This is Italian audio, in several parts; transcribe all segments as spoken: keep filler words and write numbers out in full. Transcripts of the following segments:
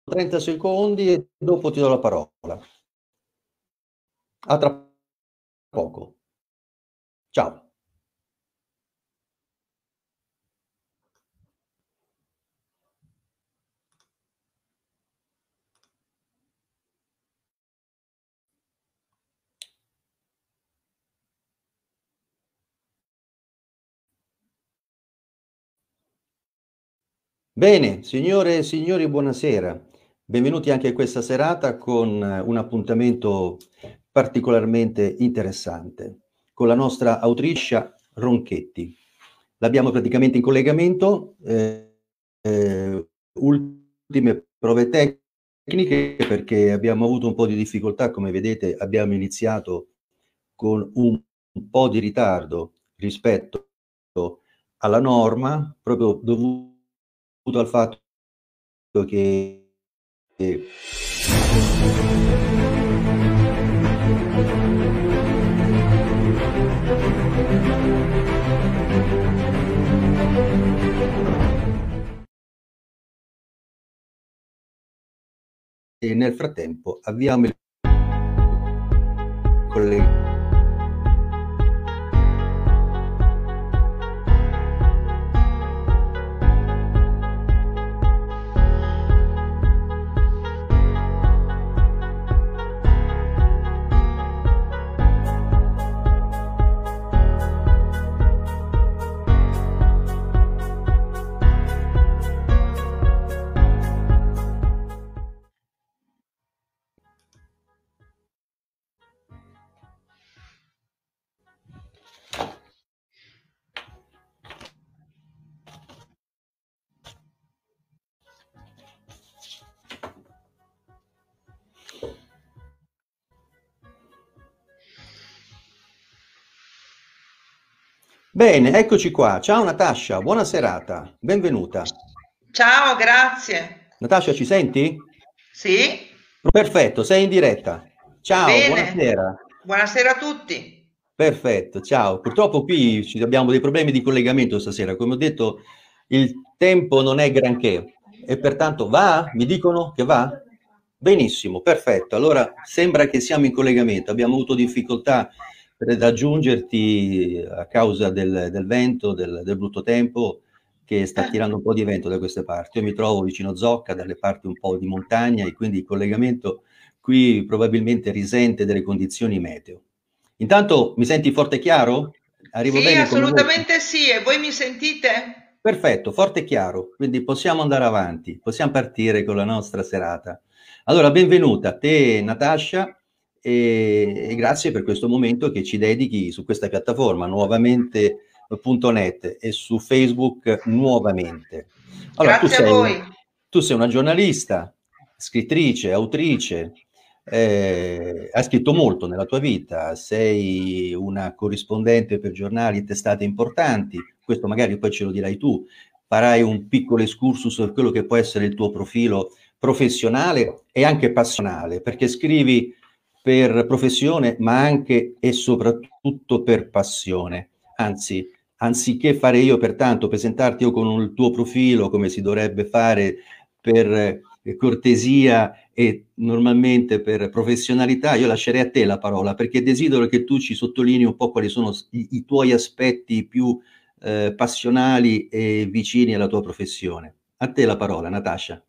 trenta secondi e dopo ti do la parola. A tra poco. Ciao. Bene, signore e signori, buonasera. Benvenuti anche a questa serata con un appuntamento particolarmente interessante, con la nostra autrice Ronchetti. L'abbiamo praticamente in collegamento, eh, eh, ultime prove tecniche perché abbiamo avuto un po' di difficoltà, come vedete abbiamo iniziato con un, un po' di ritardo rispetto alla norma, proprio dovuto al fatto che e nel frattempo avviamo il collegamento. Bene, eccoci qua. Ciao Natascia, buona serata, benvenuta. Ciao, grazie. Natascia, ci senti? Sì? Perfetto, sei in diretta. Ciao, Bene. buonasera. Buonasera a tutti. Perfetto, ciao. Purtroppo qui ci abbiamo dei problemi di collegamento stasera. Come ho detto, il tempo non è granché e pertanto va? Mi dicono che va? Benissimo, perfetto. Allora sembra che siamo in collegamento. Abbiamo avuto difficoltà per raggiungerti a causa del, del vento, del, del brutto tempo che sta Eh, tirando un po' di vento da queste parti. Io mi trovo vicino Zocca, dalle parti un po' di montagna e quindi il collegamento qui probabilmente risente delle condizioni meteo. Intanto mi senti forte e chiaro? Arrivo Sì, bene come voce? assolutamente sì. E voi mi sentite? Perfetto, forte e chiaro, quindi possiamo andare avanti, possiamo partire con la nostra serata. Allora, benvenuta a te Natascia e, e grazie per questo momento che ci dedichi su questa piattaforma nuovamente punto net e su Facebook nuovamente. Allora, tu Grazie a sei, voi. tu sei una giornalista, scrittrice, autrice, eh, hai scritto molto nella tua vita, sei una corrispondente per giornali e testate importanti, questo magari poi ce lo dirai tu, farai un piccolo excursus su quello che può essere il tuo profilo professionale e anche passionale, perché scrivi per professione, ma anche e soprattutto per passione. Anzi, anziché fare io, pertanto, presentarti io con il tuo profilo, come si dovrebbe fare per eh, cortesia e normalmente per professionalità, io lascerei a te la parola, perché desidero che tu ci sottolinei un po' quali sono i, i tuoi aspetti più eh, passionali e vicini alla tua professione. A te la parola, Natascia.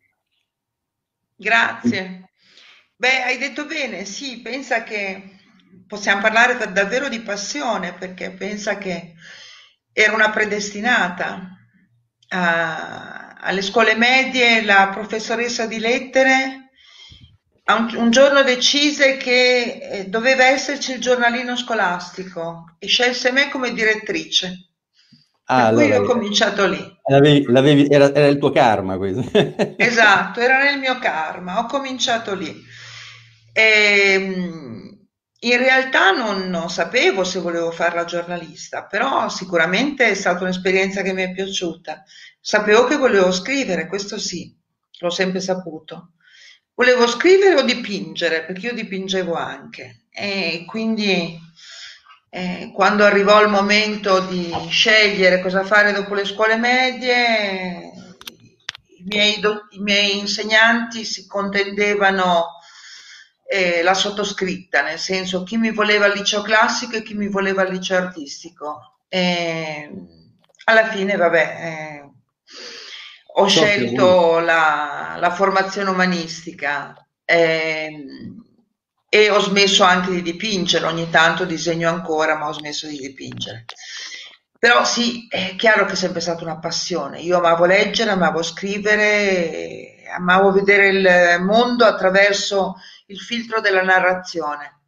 Grazie. Beh, hai detto bene, sì, pensa che possiamo parlare da- davvero di passione, perché pensa che ero una predestinata. A- alle scuole medie la professoressa di lettere a un, un giorno decise che eh, doveva esserci il giornalino scolastico e scelse me come direttrice. Per Ah, cui allora, io ho cominciato lì. l'avevi- l'avevi- era, era il tuo karma questo. Esatto, era nel mio karma, ho cominciato lì. Ehm, in realtà non, non sapevo se volevo fare la giornalista, però sicuramente è stata un'esperienza che mi è piaciuta. Sapevo che volevo scrivere, questo sì, l'ho sempre saputo. Volevo scrivere o dipingere, perché io dipingevo anche. E quindi eh, quando arrivò il momento di scegliere cosa fare dopo le scuole medie, i miei, do- i miei insegnanti si contendevano eh, la sottoscritta, nel senso chi mi voleva al liceo classico e chi mi voleva al liceo artistico. E alla fine, vabbè, eh, ho Sorte a voi. scelto la, la formazione umanistica. ehm, e ho smesso anche di dipingere, ogni tanto disegno ancora, ma ho smesso di dipingere. Però sì, è chiaro che è sempre stata una passione. Io amavo leggere, amavo scrivere, amavo vedere il mondo attraverso il filtro della narrazione.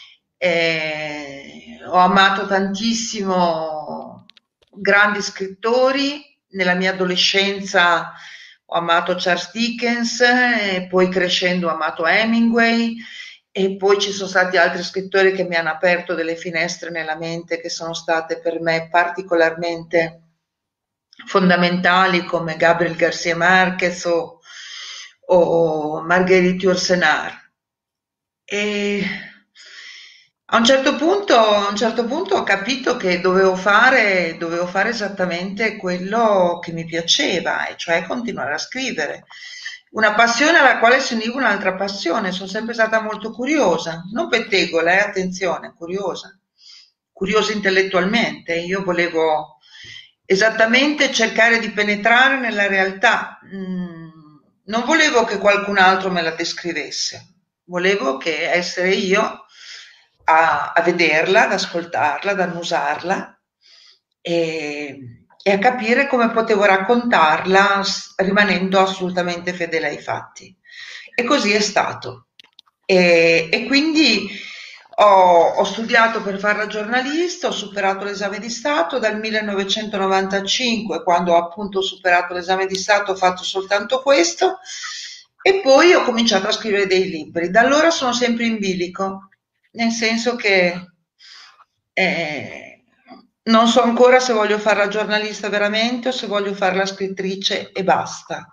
E ho amato tantissimo grandi scrittori. Nella mia adolescenza ho amato Charles Dickens, e poi crescendo ho amato Hemingway, e poi ci sono stati altri scrittori che mi hanno aperto delle finestre nella mente che sono state per me particolarmente fondamentali, come Gabriel García Márquez o, o Marguerite Yourcenar. E a un certo punto, a un certo punto ho capito che dovevo fare, dovevo fare esattamente quello che mi piaceva, e cioè continuare a scrivere. Una passione alla quale si univa un'altra passione. Sono sempre stata molto curiosa, non pettegola, eh, attenzione, curiosa, curiosa intellettualmente. Io volevo esattamente cercare di penetrare nella realtà. Mm, non volevo che qualcun altro me la descrivesse, volevo che essere io a, a vederla, ad ascoltarla, ad annusarla e, e a capire come potevo raccontarla s- rimanendo assolutamente fedele ai fatti. E così è stato. E, e quindi ho, ho studiato per fare la giornalista, ho superato l'esame di Stato dal millenovecentonovantacinque, quando ho appunto superato l'esame di Stato ho fatto soltanto questo, e poi ho cominciato a scrivere dei libri. Da allora sono sempre in bilico, nel senso che eh, non so ancora se voglio fare la giornalista veramente o se voglio fare la scrittrice e basta.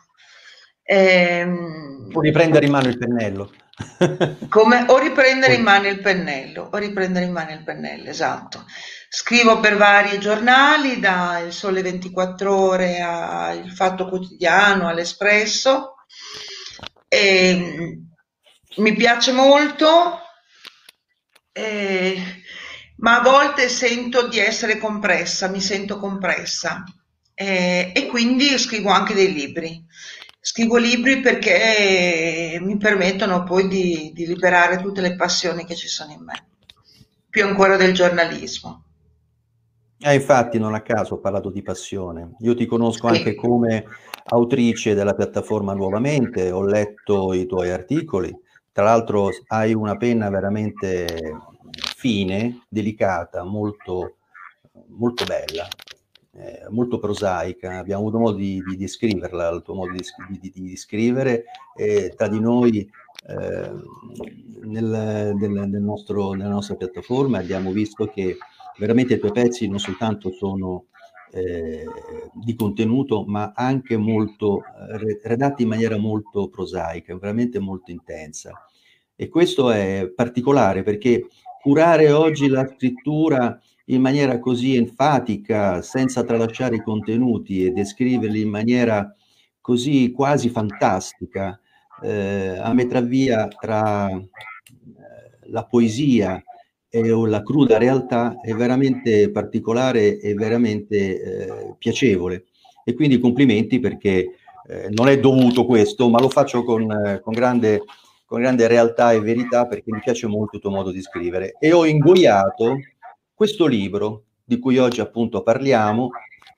O Ehm, riprendere in mano il pennello. come o riprendere in Poi- mano il pennello, o riprendere in mano il pennello, esatto. Scrivo per vari giornali, da Il Sole ventiquattro Ore a Il Fatto Quotidiano, all'Espresso. E, mm, mi piace molto, eh, ma a volte sento di essere compressa, mi sento compressa, eh, e quindi scrivo anche dei libri. Scrivo libri perché mi permettono poi di, di liberare tutte le passioni che ci sono in me, più ancora del giornalismo. Eh, infatti, non a caso ho parlato di passione. Io ti conosco anche Sì. come autrice della piattaforma Nuovamente, ho letto i tuoi articoli. Tra l'altro hai una penna veramente fine, delicata, molto, molto bella, eh, molto prosaica. Abbiamo avuto modo di, di descriverla, il tuo modo di, di, di, di scrivere, e tra di noi eh, nel, del, del nostro, nella nostra piattaforma abbiamo visto che veramente i tuoi pezzi non soltanto sono eh, di contenuto, ma anche molto eh, redatti in maniera molto prosaica, veramente molto intensa. E questo è particolare perché curare oggi la scrittura in maniera così enfatica, senza tralasciare i contenuti e descriverli in maniera così quasi fantastica, eh, a metà via tra eh, la poesia e la cruda realtà è veramente particolare e veramente eh, piacevole. E quindi complimenti perché eh, non è dovuto questo, ma lo faccio con, eh, con grande con grande realtà e verità perché mi piace molto il tuo modo di scrivere. E ho ingoiato questo libro di cui oggi appunto parliamo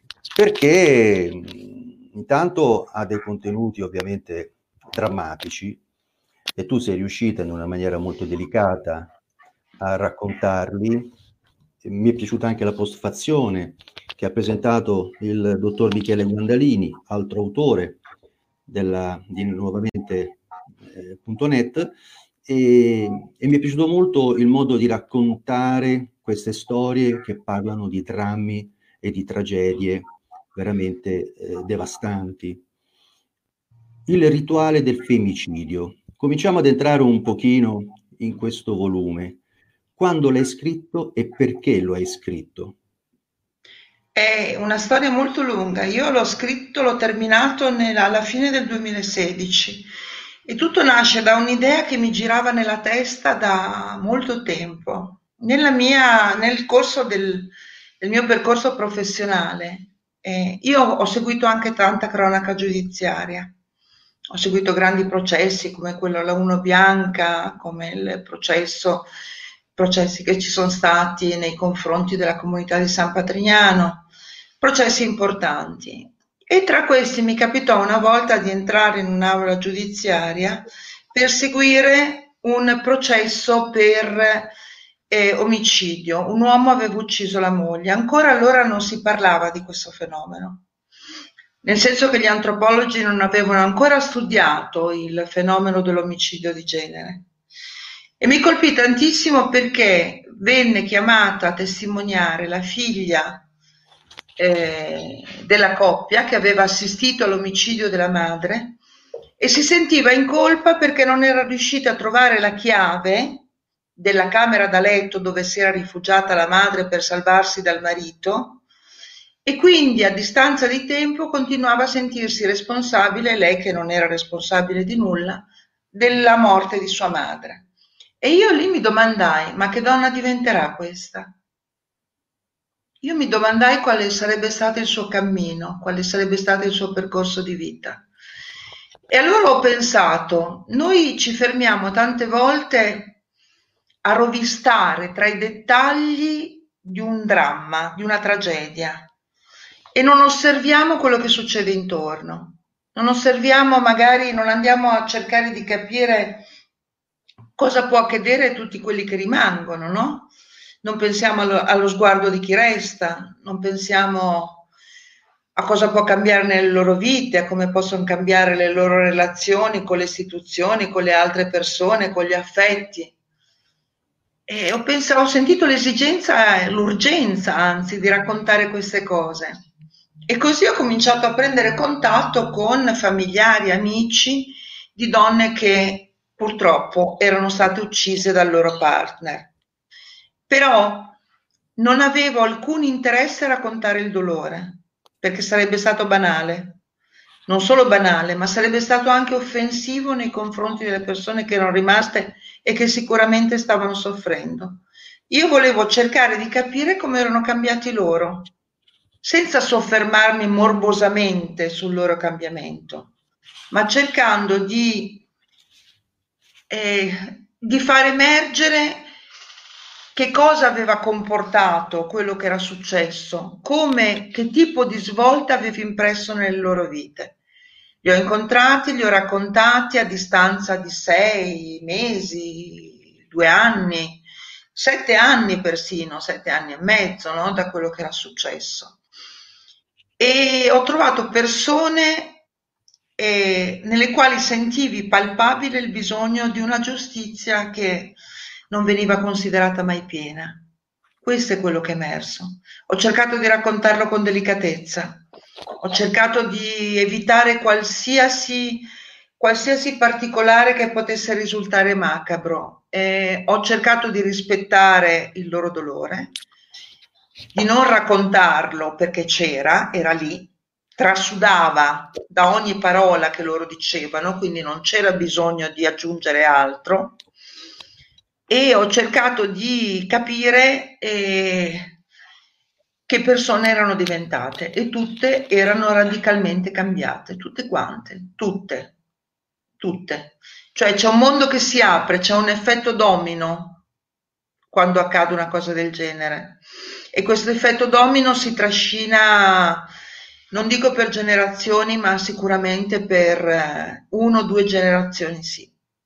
perché mh, intanto ha dei contenuti ovviamente drammatici e tu sei riuscita in una maniera molto delicata a raccontarli. Mi è piaciuta anche la postfazione che ha presentato il dottor Michele Guandalini, altro autore della, di nuovamente eh, punto net, e, e mi è piaciuto molto il modo di raccontare queste storie che parlano di drammi e di tragedie veramente eh, devastanti. Il rituale del femicidio. Cominciamo ad entrare un pochino in questo volume. Quando l'hai scritto e perché lo hai scritto? È una storia molto lunga. Io l'ho scritto, l'ho terminato nella- alla fine del duemilasedici e tutto nasce da un'idea che mi girava nella testa da molto tempo. Nella mia, nel corso del, del mio percorso professionale, eh, io ho seguito anche tanta cronaca giudiziaria. Ho seguito grandi processi come quello alla Uno Bianca, come il processo, processi che ci sono stati nei confronti della comunità di San Patrignano, processi importanti. E tra questi mi capitò una volta di entrare in un'aula giudiziaria per seguire un processo per eh, omicidio. Un uomo aveva ucciso la moglie. Ancora allora non si parlava di questo fenomeno, nel senso che gli antropologi non avevano ancora studiato il fenomeno dell'omicidio di genere. E mi colpì tantissimo perché venne chiamata a testimoniare la figlia eh, della coppia che aveva assistito all'omicidio della madre e si sentiva in colpa perché non era riuscita a trovare la chiave della camera da letto dove si era rifugiata la madre per salvarsi dal marito, e quindi a distanza di tempo continuava a sentirsi responsabile, lei che non era responsabile di nulla, della morte di sua madre. E io lì mi domandai, ma che donna diventerà questa? Io mi domandai quale sarebbe stato il suo cammino, quale sarebbe stato il suo percorso di vita. E allora ho pensato, noi ci fermiamo tante volte a rovistare tra i dettagli di un dramma, di una tragedia, e non osserviamo quello che succede intorno. Non osserviamo, magari non andiamo a cercare di capire cosa può accadere a tutti quelli che rimangono, no? Non pensiamo allo, allo sguardo di chi resta, non pensiamo a cosa può cambiare nelle loro vite, a come possono cambiare le loro relazioni con le istituzioni, con le altre persone, con gli affetti. E ho pensato, ho sentito l'esigenza, l'urgenza anzi, di raccontare queste cose. E così ho cominciato a prendere contatto con familiari, amici di donne che purtroppo erano state uccise dal loro partner. Però non avevo alcun interesse a raccontare il dolore, perché sarebbe stato banale. Non solo banale, ma sarebbe stato anche offensivo nei confronti delle persone che erano rimaste e che sicuramente stavano soffrendo. Io volevo cercare di capire come erano cambiati loro, senza soffermarmi morbosamente sul loro cambiamento, ma cercando di, eh, di far emergere che cosa aveva comportato quello che era successo, come, che tipo di svolta aveva impresso nelle loro vite. Li ho incontrati, li ho raccontati a distanza di sei mesi, due anni, sette anni persino, sette anni e mezzo, no? Da quello che era successo. E ho trovato persone eh, nelle quali sentivi palpabile il bisogno di una giustizia che non veniva considerata mai piena. Questo è quello che è emerso. Ho cercato di raccontarlo con delicatezza, ho cercato di evitare qualsiasi, qualsiasi particolare che potesse risultare macabro, eh, ho cercato di rispettare il loro dolore, di non raccontarlo perché c'era, era lì, trasudava da ogni parola che loro dicevano, quindi non c'era bisogno di aggiungere altro, e ho cercato di capire eh, che persone erano diventate, e tutte erano radicalmente cambiate, tutte quante, tutte, tutte. Cioè c'è un mondo che si apre, c'è un effetto domino quando accade una cosa del genere, e questo effetto domino si trascina, non dico per generazioni, ma sicuramente per eh, uno o due generazioni sì.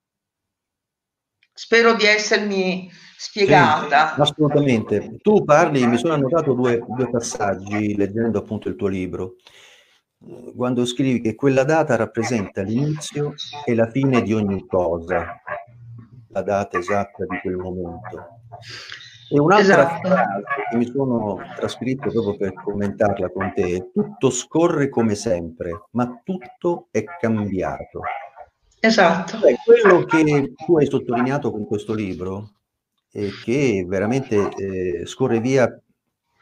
Spero di essermi Sì, spiegata. assolutamente. Tu parli, mi sono annotato due, due passaggi leggendo appunto il tuo libro, eh, quando scrivi che quella data rappresenta l'inizio e la fine di ogni cosa, la data esatta di quel momento. E un'altra Esatto. frase che mi sono trascritto proprio per commentarla con te: tutto scorre come sempre, ma tutto è cambiato. Esatto. Cioè, quello che tu hai sottolineato con questo libro e che veramente eh, scorre via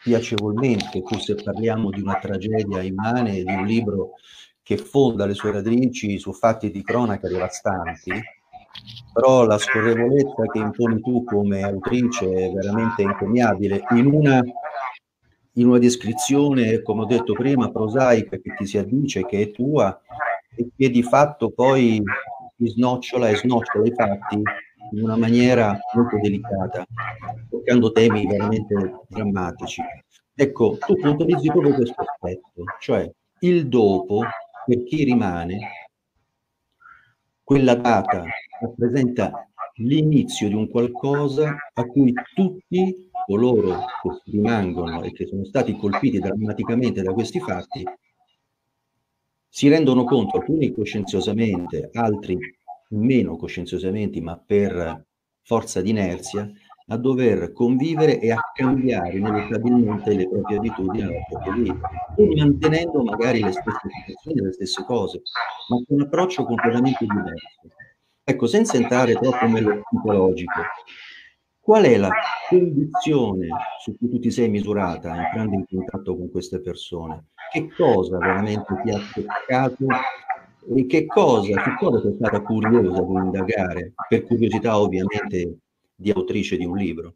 piacevolmente, pur se parliamo di una tragedia immane, di un libro che fonda le sue radici su fatti di cronaca devastanti, però la scorrevolezza che imponi tu come autrice è veramente encomiabile. In una, in una descrizione, come ho detto prima, prosaica che ti si addice, che è tua, e che di fatto poi si snocciola e snocciola i fatti in una maniera molto delicata, toccando temi veramente drammatici. Ecco, tu puntualizzi proprio questo aspetto, cioè il dopo, per chi rimane, quella data rappresenta l'inizio di un qualcosa a cui tutti coloro che rimangono e che sono stati colpiti drammaticamente da questi fatti si rendono conto, alcuni coscienziosamente, altri meno coscienziosamente, ma per forza di inerzia, a dover convivere e a cambiare inevitabilmente le proprie abitudini, la propria vita, pur mantenendo magari le stesse situazioni, le stesse cose, ma con un approccio completamente diverso. Ecco, senza entrare troppo nello psicologico, qual è la condizione su cui tu ti sei misurata entrando in contatto con queste persone? Che cosa veramente ti ha toccato e che cosa, su cosa sei stata curiosa di indagare, per curiosità ovviamente di autrice di un libro?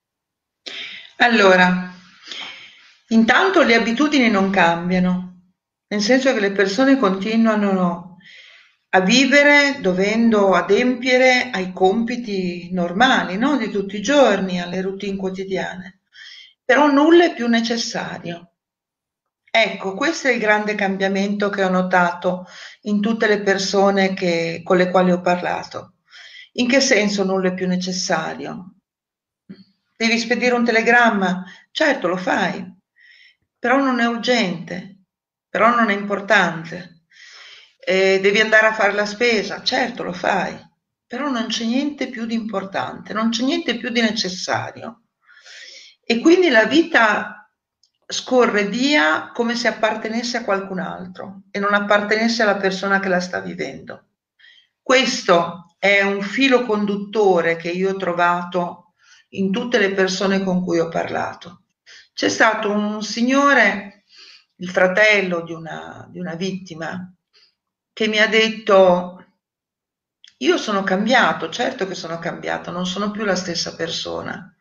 Allora, intanto le abitudini non cambiano, nel senso che le persone continuano a vivere dovendo adempiere ai compiti normali, no? Di tutti i giorni, alle routine quotidiane, però nulla è più necessario. Ecco, questo è il grande cambiamento che ho notato in tutte le persone che- con le quali ho parlato. In che senso nulla è più necessario? Devi spedire un telegramma? Certo, lo fai, però non è urgente, però non è importante. Eh, devi andare a fare la spesa? Certo, lo fai, però non c'è niente più di importante, non c'è niente più di necessario. E quindi la vita scorre via come se appartenesse a qualcun altro e non appartenesse alla persona che la sta vivendo. Questo è un filo conduttore che io ho trovato in tutte le persone con cui ho parlato. C'è stato un signore, il fratello di una, di una vittima, che mi ha detto: io sono cambiato, certo che sono cambiato, non sono più la stessa persona,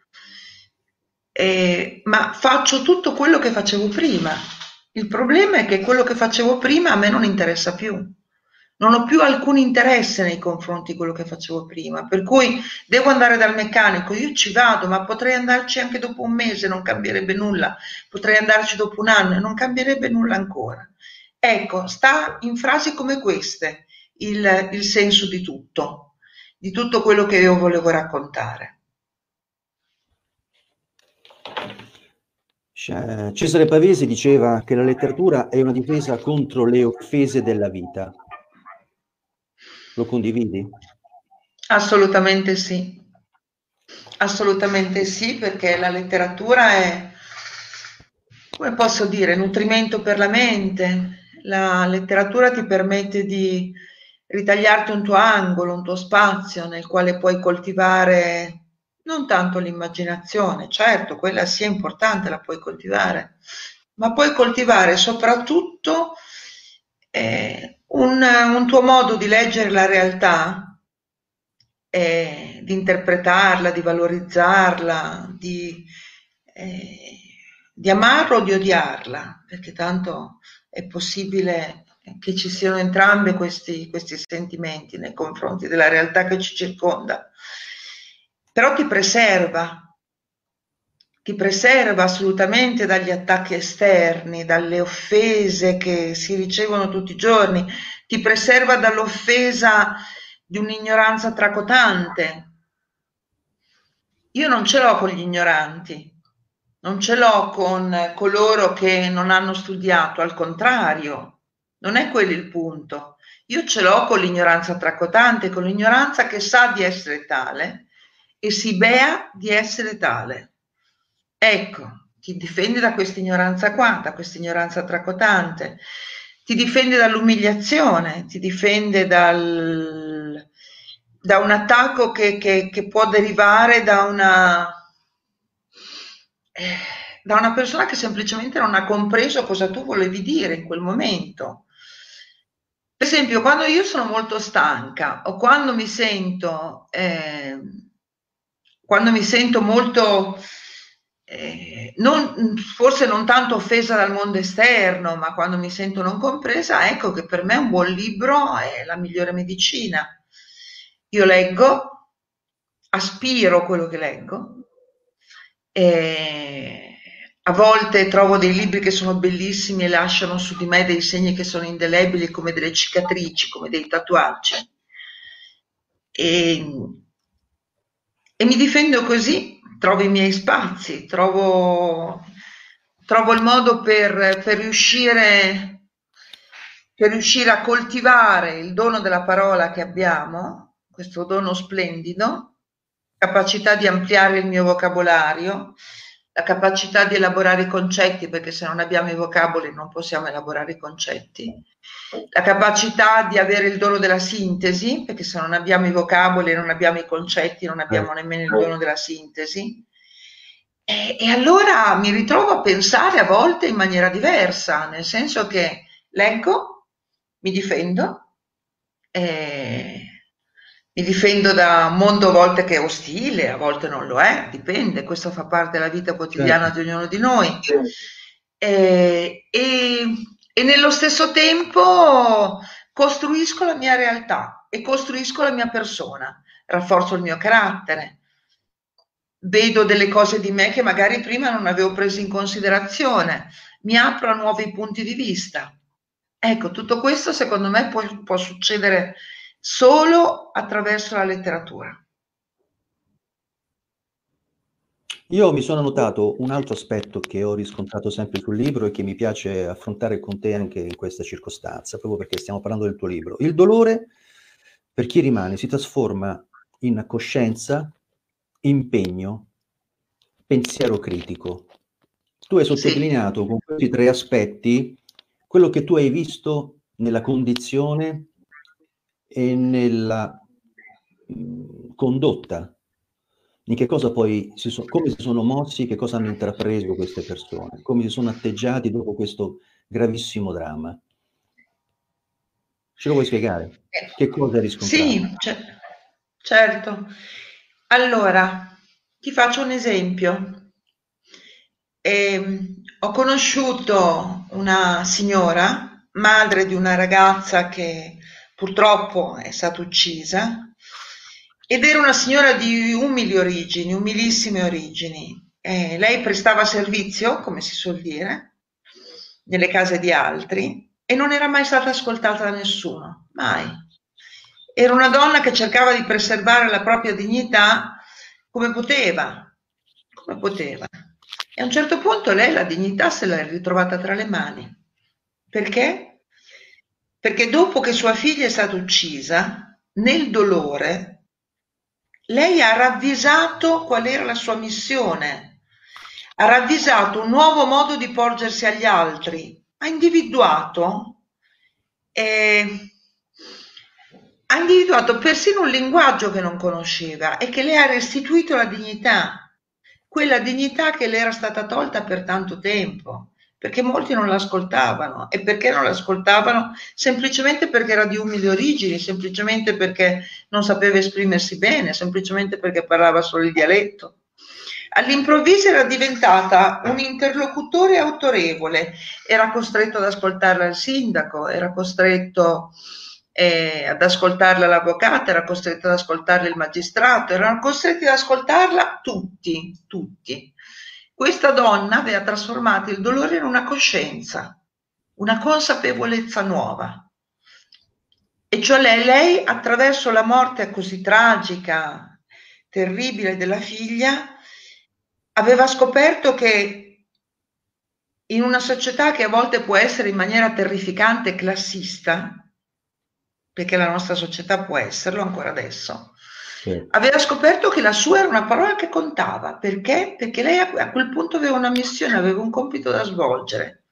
eh, ma faccio tutto quello che facevo prima. Il problema è che quello che facevo prima a me non interessa più. Non ho più alcun interesse nei confronti di quello che facevo prima, per cui devo andare dal meccanico, io ci vado, ma potrei andarci anche dopo un mese, non cambierebbe nulla, potrei andarci dopo un anno e non cambierebbe nulla ancora. Ecco, sta in frasi come queste il, il senso di tutto, di tutto quello che io volevo raccontare. Cesare Pavese diceva che la letteratura è una difesa contro le offese della vita. Lo condividi? Assolutamente sì, assolutamente sì, perché la letteratura è, come posso dire, nutrimento per la mente. La letteratura ti permette di ritagliarti un tuo angolo, un tuo spazio nel quale puoi coltivare non tanto l'immaginazione, certo, quella sia importante, la puoi coltivare, ma puoi coltivare soprattutto eh, un, un tuo modo di leggere la realtà, eh, di interpretarla, di valorizzarla, di, eh, di amarla o di odiarla, perché tanto è possibile che ci siano entrambi questi, questi sentimenti nei confronti della realtà che ci circonda, però ti preserva, ti preserva assolutamente dagli attacchi esterni, dalle offese che si ricevono tutti i giorni, ti preserva dall'offesa di un'ignoranza tracotante. Io non ce l'ho con gli ignoranti, non ce l'ho con coloro che non hanno studiato, al contrario, non è quello il punto. Io ce l'ho con l'ignoranza tracotante, con l'ignoranza che sa di essere tale e si bea di essere tale. Ecco, ti difendi da questa ignoranza qua, da questa ignoranza tracotante, ti difende dall'umiliazione, ti difende dal, da un attacco che, che, che può derivare da una, eh, da una persona che semplicemente non ha compreso cosa tu volevi dire in quel momento. Per esempio, quando io sono molto stanca o quando mi sento, eh, quando mi sento molto, eh, non, forse non tanto offesa dal mondo esterno, ma quando mi sento non compresa, ecco che per me un buon libro è la migliore medicina. Io leggo, aspiro quello che leggo, e a volte trovo dei libri che sono bellissimi e lasciano su di me dei segni che sono indelebili, come delle cicatrici, come dei tatuaggi. E, e mi difendo così, trovo i miei spazi, trovo, trovo il modo per, per riuscire, per riuscire a coltivare il dono della parola che abbiamo, questo dono splendido, capacità di ampliare il mio vocabolario, la capacità di elaborare i concetti, perché se non abbiamo i vocaboli non possiamo elaborare i concetti, la capacità di avere il dono della sintesi, perché se non abbiamo i vocaboli e non abbiamo i concetti non abbiamo nemmeno il dono della sintesi. E, e allora mi ritrovo a pensare a volte in maniera diversa, nel senso che leggo, mi difendo, e mi difendo da un mondo a volte che è ostile, a volte non lo è, dipende, questo fa parte della vita quotidiana Certo. di ognuno di noi. E, e, e nello stesso tempo costruisco la mia realtà e costruisco la mia persona, rafforzo il mio carattere, vedo delle cose di me che magari prima non avevo preso in considerazione, mi apro a nuovi punti di vista. Ecco, tutto questo secondo me può, può succedere solo attraverso la letteratura. Io mi sono notato un altro aspetto che ho riscontrato sempre sul libro e che mi piace affrontare con te anche in questa circostanza, proprio perché stiamo parlando del tuo libro. Il dolore, per chi rimane, si trasforma in coscienza, impegno, pensiero critico. Tu hai Sì, sottolineato con questi tre aspetti quello che tu hai visto nella condizione e nella mh, condotta, in che cosa poi si so, come si sono mossi, che cosa hanno intrapreso queste persone, come si sono atteggiati dopo questo gravissimo dramma. Ce lo vuoi spiegare? Che cosa hai riscontrato? sì, ce- certo. Allora, ti faccio un esempio. Ehm, ho conosciuto una signora, madre di una ragazza che purtroppo è stata uccisa, ed era una signora di umili origini, umilissime origini. Eh, lei prestava servizio, come si suol dire, nelle case di altri e non era mai stata ascoltata da nessuno, mai. Era una donna che cercava di preservare la propria dignità come poteva, come poteva. E a un certo punto lei la dignità se l'è ritrovata tra le mani. Perché? Perché dopo che sua figlia è stata uccisa, nel dolore, lei ha ravvisato qual era la sua missione, ha ravvisato un nuovo modo di porgersi agli altri, ha individuato, eh, ha individuato persino un linguaggio che non conosceva e che le ha restituito la dignità, quella dignità che le era stata tolta per tanto tempo, perché molti non l'ascoltavano. E perché non l'ascoltavano? Semplicemente perché era di umili origini, semplicemente perché non sapeva esprimersi bene, semplicemente perché parlava solo il dialetto. All'improvviso era diventata un interlocutore autorevole, era costretto ad ascoltarla il sindaco, era costretto eh, ad ascoltarla l'avvocato, era costretto ad ascoltarla il magistrato, erano costretti ad ascoltarla tutti, tutti. Questa donna aveva trasformato il dolore in una coscienza, una consapevolezza nuova. E cioè lei, lei attraverso la morte così tragica, terribile della figlia, aveva scoperto che in una società che a volte può essere in maniera terrificante classista, perché la nostra società può esserlo ancora adesso, Sì. aveva scoperto che la sua era una parola che contava. Perché? Perché lei a quel punto aveva una missione, aveva un compito da svolgere.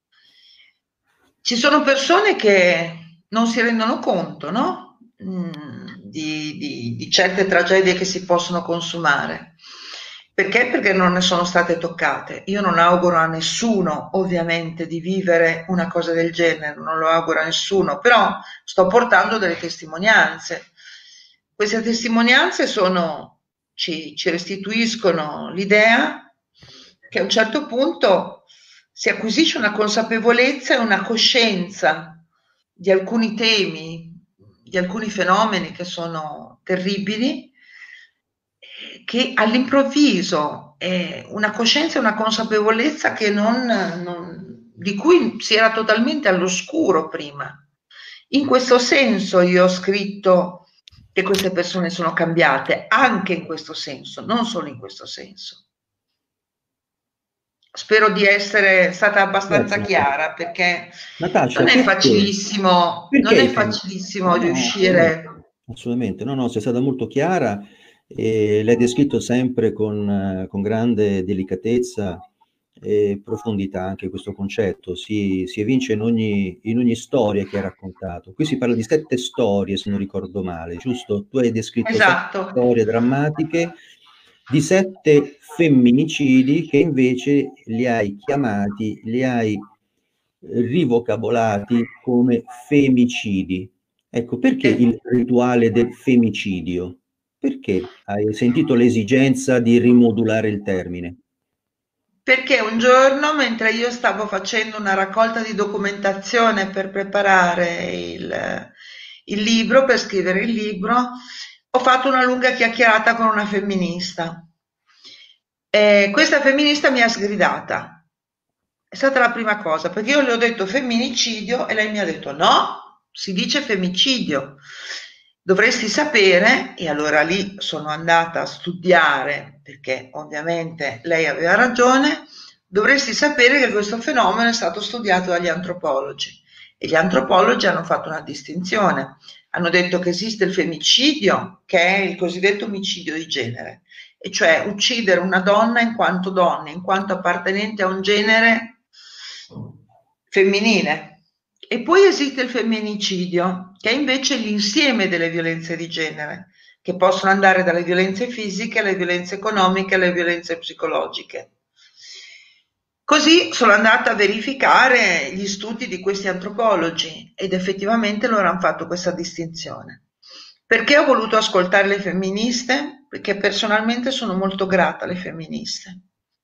Ci sono persone che non si rendono conto, no? Mm, di, di, di certe tragedie che si possono consumare. Perché? Perché non ne sono state toccate. Io non auguro a nessuno, ovviamente, di vivere una cosa del genere, non lo auguro a nessuno, però sto portando delle testimonianze. Queste testimonianze sono, ci, ci restituiscono l'idea che a un certo punto si acquisisce una consapevolezza e una coscienza di alcuni temi, di alcuni fenomeni che sono terribili, che all'improvviso è una coscienza e una consapevolezza che non, non- di cui si era totalmente all'oscuro prima. In questo senso io ho scritto che queste persone sono cambiate, anche in questo senso, non solo in questo senso. Spero di essere stata abbastanza Grazie, Natascia. chiara perché Natascia, non è perché? facilissimo, non Perché è i fem- facilissimo No, no, assolutamente, riuscire. assolutamente. No, no, sei stata molto chiara e l'hai descritto sempre con, eh, con grande delicatezza e profondità anche questo concetto. Si, si evince in ogni, in ogni storia che hai raccontato. Qui si parla di sette storie, se non ricordo male, giusto? Tu hai descritto sette Esatto. storie drammatiche di sette femminicidi che invece li hai chiamati, li hai rivocabolati come femicidi. Ecco, perché Eh, il rituale del femicidio? Perché hai sentito l'esigenza di rimodulare il termine? Perché un giorno, mentre io stavo facendo una raccolta di documentazione per preparare il, il libro, per scrivere il libro, ho fatto una lunga chiacchierata con una femminista. E questa femminista mi ha sgridata. È stata la prima cosa, perché io le ho detto femminicidio e lei mi ha detto no, si dice femicidio. Dovresti sapere, e allora lì sono andata a studiare, perché ovviamente lei aveva ragione, dovresti sapere che questo fenomeno è stato studiato dagli antropologi e gli antropologi hanno fatto una distinzione. Hanno detto che esiste il femicidio, che è il cosiddetto omicidio di genere, e cioè uccidere una donna in quanto donna, in quanto appartenente a un genere femminile. E poi esiste il femminicidio, che è invece l'insieme delle violenze di genere, che possono andare dalle violenze fisiche alle violenze economiche alle violenze psicologiche. Così sono andata a verificare gli studi di questi antropologi ed effettivamente loro hanno fatto questa distinzione. Perché ho voluto ascoltare le femministe? Perché personalmente sono molto grata alle femministe,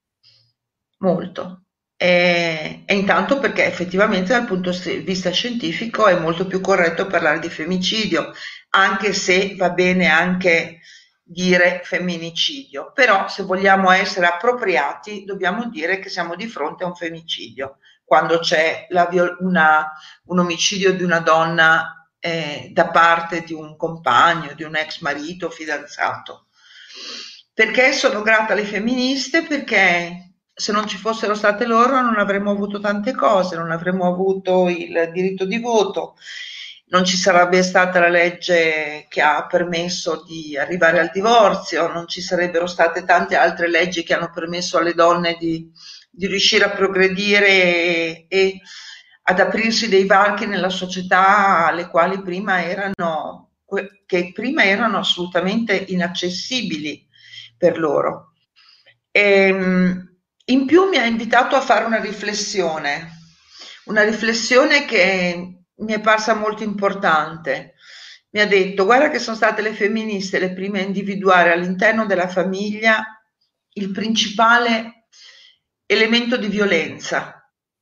molto. E, e intanto perché effettivamente dal punto di vista scientifico è molto più corretto parlare di femicidio, anche se va bene anche dire femminicidio, però se vogliamo essere appropriati dobbiamo dire che siamo di fronte a un femicidio, quando c'è la, una, un omicidio di una donna eh, da parte di un compagno, di un ex marito, fidanzato. Perché sono grata alle femministe? Perché se non ci fossero state loro non avremmo avuto tante cose, non avremmo avuto il diritto di voto, non ci sarebbe stata la legge che ha permesso di arrivare al divorzio, non ci sarebbero state tante altre leggi che hanno permesso alle donne di, di riuscire a progredire e, e ad aprirsi dei varchi nella società alle quali prima erano, che prima erano assolutamente inaccessibili per loro. E, in più mi ha invitato a fare una riflessione, una riflessione che mi è parsa molto importante. Mi ha detto, guarda che sono state le femministe le prime a individuare all'interno della famiglia il principale elemento di violenza.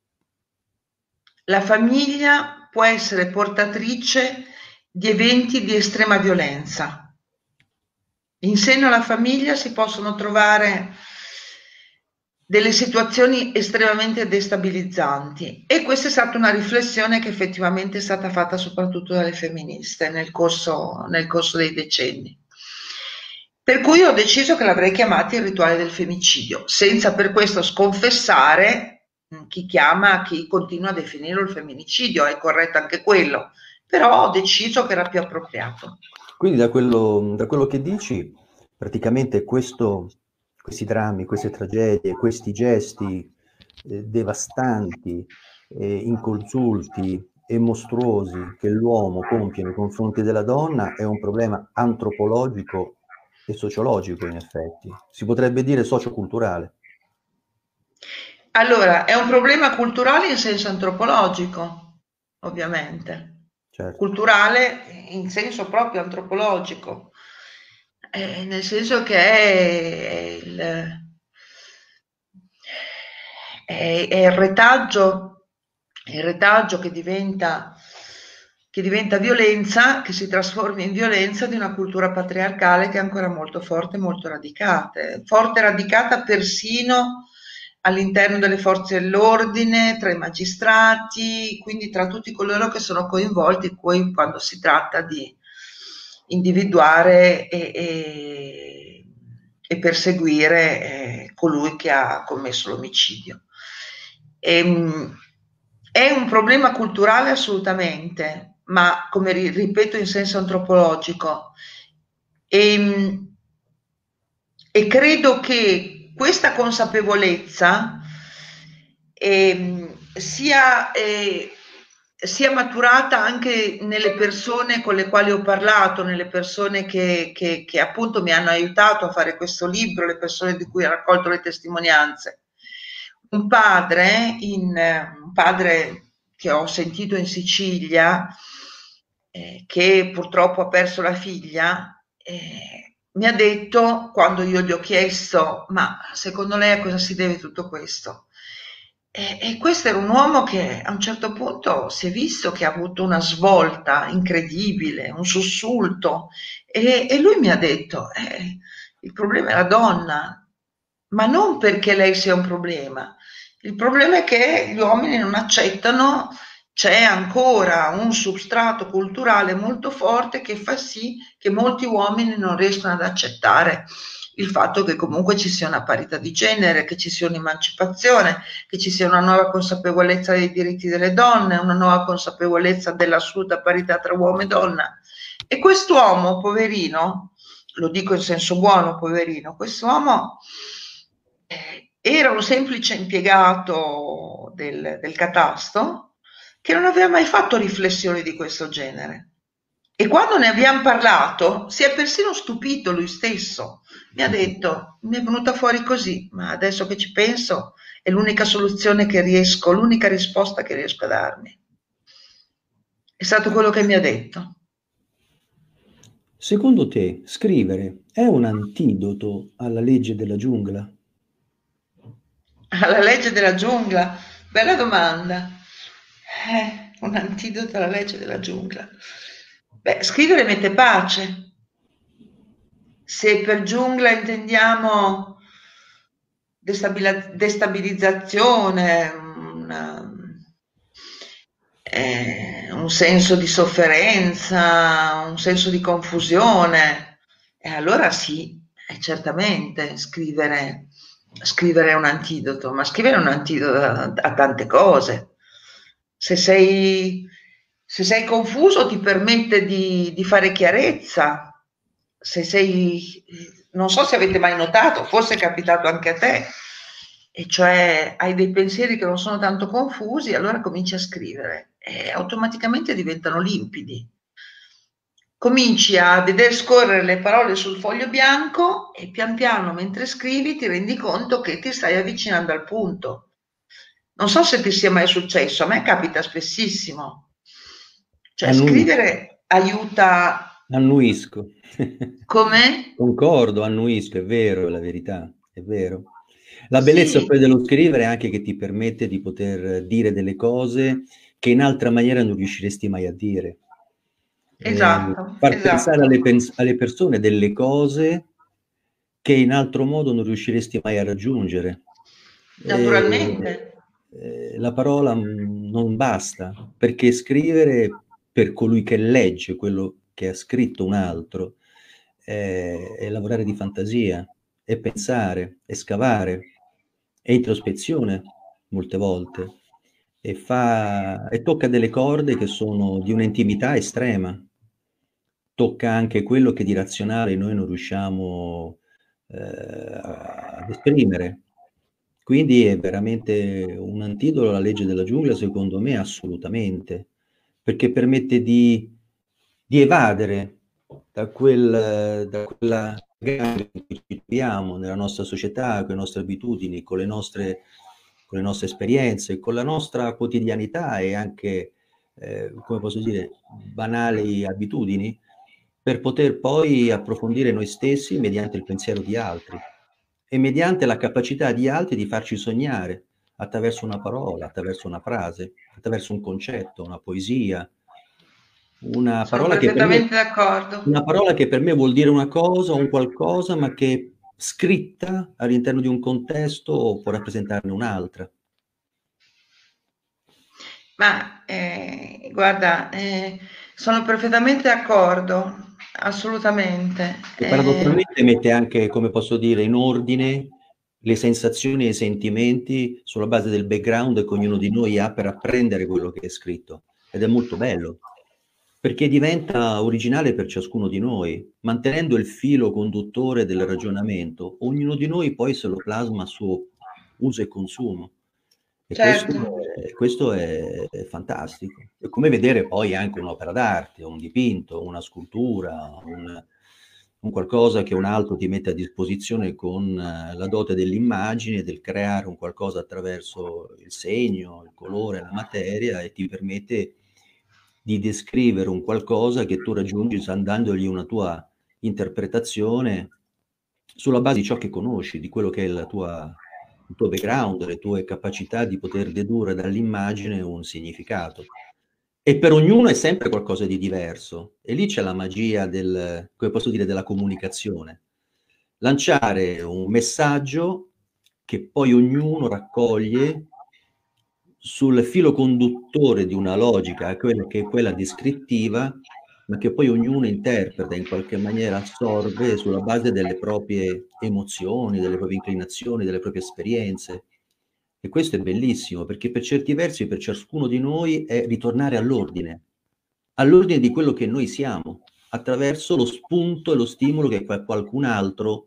La famiglia può essere portatrice di eventi di estrema violenza. In seno alla famiglia si possono trovare delle situazioni estremamente destabilizzanti e questa è stata una riflessione che effettivamente è stata fatta soprattutto dalle femministe nel corso, nel corso dei decenni. Per cui ho deciso che l'avrei chiamato il rituale del femicidio, senza per questo sconfessare chi chiama, chi continua a definirlo il femminicidio, è corretto anche quello, però ho deciso che era più appropriato. Quindi da quello, da quello che dici, praticamente questo, questi drammi, queste tragedie, questi gesti eh, devastanti, eh, inconsulti e mostruosi che l'uomo compie nei confronti della donna è un problema antropologico e sociologico, in effetti. Si potrebbe dire socioculturale. Allora, è un problema culturale in senso antropologico, ovviamente. Certo. Culturale in senso proprio antropologico, eh, nel senso che è il, è, è il retaggio, è il retaggio che diventa, che diventa violenza, che si trasforma in violenza di una cultura patriarcale che è ancora molto forte, molto radicata, forte e radicata persino all'interno delle forze dell'ordine, tra i magistrati, quindi tra tutti coloro che sono coinvolti poi quando si tratta di individuare e, e, e perseguire eh, colui che ha commesso l'omicidio. E, è un problema culturale assolutamente, ma come ripeto in senso antropologico. E, e credo che questa consapevolezza eh, sia, eh, sia maturata anche nelle persone con le quali ho parlato, nelle persone che, che, che appunto mi hanno aiutato a fare questo libro, le persone di cui ho raccolto le testimonianze. Un padre, in, un padre che ho sentito in Sicilia, eh, che purtroppo ha perso la figlia, eh, mi ha detto, quando io gli ho chiesto, ma secondo lei a cosa si deve tutto questo? E, e questo era un uomo che a un certo punto si è visto che ha avuto una svolta incredibile, un sussulto, e, e lui mi ha detto, eh, il problema è la donna, ma non perché lei sia un problema, il problema è che gli uomini non accettano, c'è ancora un substrato culturale molto forte che fa sì che molti uomini non riescano ad accettare il fatto che comunque ci sia una parità di genere, che ci sia un'emancipazione, che ci sia una nuova consapevolezza dei diritti delle donne, una nuova consapevolezza dell'assoluta parità tra uomo e donna. E quest'uomo, poverino, lo dico in senso buono, poverino, quest'uomo eh, era un semplice impiegato del, del catasto che non aveva mai fatto riflessioni di questo genere. E quando ne abbiamo parlato, si è persino stupito lui stesso. Mi ha detto, mi è venuta fuori così, ma adesso che ci penso è l'unica soluzione che riesco, l'unica risposta che riesco a darmi. È stato quello che mi ha detto. Secondo te, scrivere è un antidoto alla legge della giungla? Alla legge della giungla? Bella domanda. Eh, un antidoto alla legge della giungla. Beh, scrivere mette pace. Se per giungla intendiamo destabila- destabilizzazione, una- eh, un senso di sofferenza, un senso di confusione, e allora sì, eh, certamente scrivere, scrivere è un antidoto, ma scrivere è un antidoto a, a tante cose. Se sei, se sei confuso ti permette di, di fare chiarezza. Se sei, non so se avete mai notato, forse è capitato anche a te, e cioè hai dei pensieri che non sono tanto confusi, allora cominci a scrivere e automaticamente diventano limpidi. Cominci a veder scorrere le parole sul foglio bianco e pian piano mentre scrivi ti rendi conto che ti stai avvicinando al punto. Non so se ti sia mai successo, a me capita spessissimo. Cioè Annuisco, scrivere aiuta annuisco. come? Concordo, annuisco, è vero, è la verità, è vero. La bellezza Sì, poi dello scrivere è anche che ti permette di poter dire delle cose che in altra maniera non riusciresti mai a dire. Eh, esatto, far pensare esatto, alle, pens- alle persone delle cose che in altro modo non riusciresti mai a raggiungere. naturalmente. Eh, eh, la parola mh, non basta, perché scrivere per colui che legge quello che ha scritto un altro è, è lavorare di fantasia, è pensare, è scavare, è introspezione molte volte e, fa, e tocca delle corde che sono di un'intimità estrema. Tocca anche quello che di razionale noi non riusciamo eh, ad esprimere. Quindi è veramente un antidoto alla legge della giungla, secondo me, assolutamente, perché permette di, di evadere da, quel, da quella in cui ci troviamo, nella nostra società, con le nostre abitudini, con le nostre, con le nostre esperienze, con la nostra quotidianità e anche, eh, come posso dire, banali abitudini, per poter poi approfondire noi stessi mediante il pensiero di altri e mediante la capacità di altri di farci sognare attraverso una parola, attraverso una frase, attraverso un concetto, una poesia, una Sono parola che per me, perfettamente d'accordo. una parola che per me vuol dire una cosa o un qualcosa, ma che scritta all'interno di un contesto può rappresentarne un'altra. Ma eh, guarda, eh, sono perfettamente d'accordo, assolutamente. E Eh, paradossalmente mette anche, come posso dire, in ordine le sensazioni e i sentimenti sulla base del background che ognuno di noi ha per apprendere quello che è scritto. Ed è molto bello, perché diventa originale per ciascuno di noi, mantenendo il filo conduttore del ragionamento, ognuno di noi poi se lo plasma a suo uso e consumo. E questo, certo. è, questo è, è fantastico. È come vedere poi anche un'opera d'arte, un dipinto, una scultura, un, un qualcosa che un altro ti mette a disposizione con eh, la dote dell'immagine, del creare un qualcosa attraverso il segno, il colore, la materia e ti permette di descrivere un qualcosa che tu raggiungi dandogli una tua interpretazione sulla base di ciò che conosci, di quello che è la tua, il tuo background, le tue capacità di poter dedurre dall'immagine un significato. E per ognuno è sempre qualcosa di diverso. E lì c'è la magia del, come posso dire, della comunicazione. Lanciare un messaggio che poi ognuno raccoglie sul filo conduttore di una logica, quella che è quella descrittiva, ma che poi ognuno interpreta, in qualche maniera assorbe sulla base delle proprie emozioni, delle proprie inclinazioni, delle proprie esperienze. E questo è bellissimo, perché per certi versi, per ciascuno di noi, è ritornare all'ordine, all'ordine di quello che noi siamo, attraverso lo spunto e lo stimolo che qualcun altro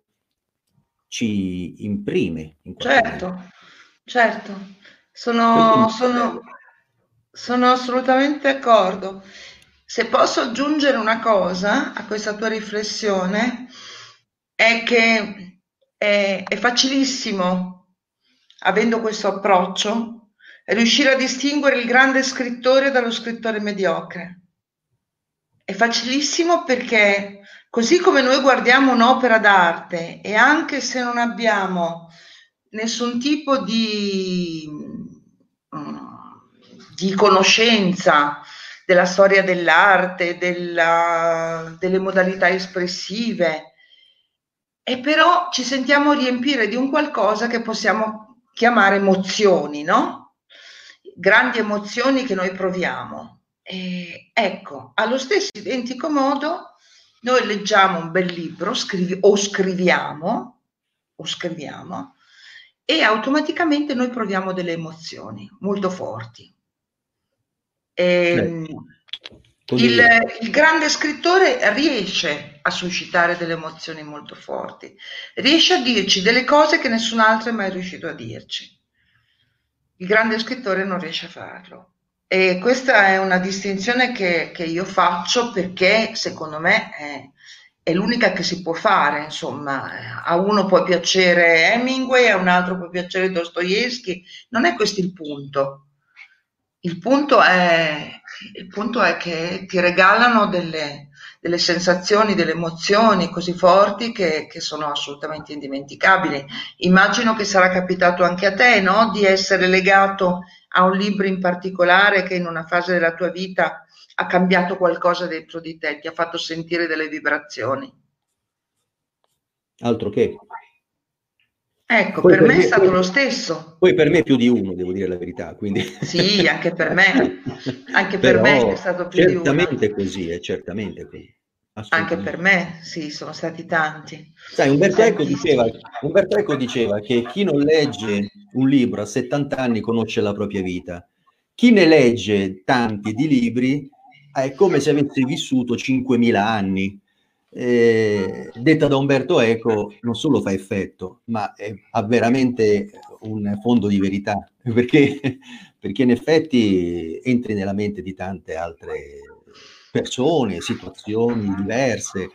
ci imprime in qualche maniera. Certo, certo, Questo è sono, molto sono, bello. sono assolutamente d'accordo. Se posso aggiungere una cosa a questa tua riflessione, è che è, è facilissimo, avendo questo approccio, riuscire a distinguere il grande scrittore dallo scrittore mediocre. È facilissimo perché così come noi guardiamo un'opera d'arte e anche se non abbiamo nessun tipo di, mm, di conoscenza della storia dell'arte, della- delle modalità espressive, e però ci sentiamo riempire di un qualcosa che possiamo chiamare emozioni, no? Grandi emozioni che noi proviamo. E ecco, allo stesso identico modo, noi leggiamo un bel libro scrivi- o scriviamo, o scriviamo, e automaticamente noi proviamo delle emozioni molto forti. Certo, Ehm, il, condivido. il grande scrittore riesce a suscitare delle emozioni molto forti, riesce a dirci delle cose che nessun altro è mai riuscito a dirci. Il grande scrittore non riesce a farlo. E questa è una distinzione che, che io faccio perché secondo me è, è l'unica che si può fare. Insomma, a uno può piacere Hemingway, a un altro può piacere Dostoevsky, non è questo il punto. Il punto è, il punto è che ti regalano delle, delle sensazioni, delle emozioni così forti che, che sono assolutamente indimenticabili. Immagino che sarà capitato anche a te, no? Di essere legato a un libro in particolare che in una fase della tua vita ha cambiato qualcosa dentro di te, ti ha fatto sentire delle vibrazioni. Altro che. Ecco, Poi per per me è me, stato poi, lo stesso. poi per me più di uno, devo dire la verità, quindi. Sì, anche per me, anche per me è Però stato più di uno. certamente così, è certamente così, Anche per assolutamente. me, sì, sono stati tanti. Sai, Umberto Eco Senti, diceva, Umberto Eco diceva che chi non legge un libro a settanta anni conosce la propria vita. Chi ne legge tanti di libri è come se avesse vissuto cinquemila anni. Eh, detta da Umberto Eco non solo fa effetto, ma è, ha veramente un fondo di verità, perché, perché in effetti entri nella mente di tante altre persone, situazioni diverse,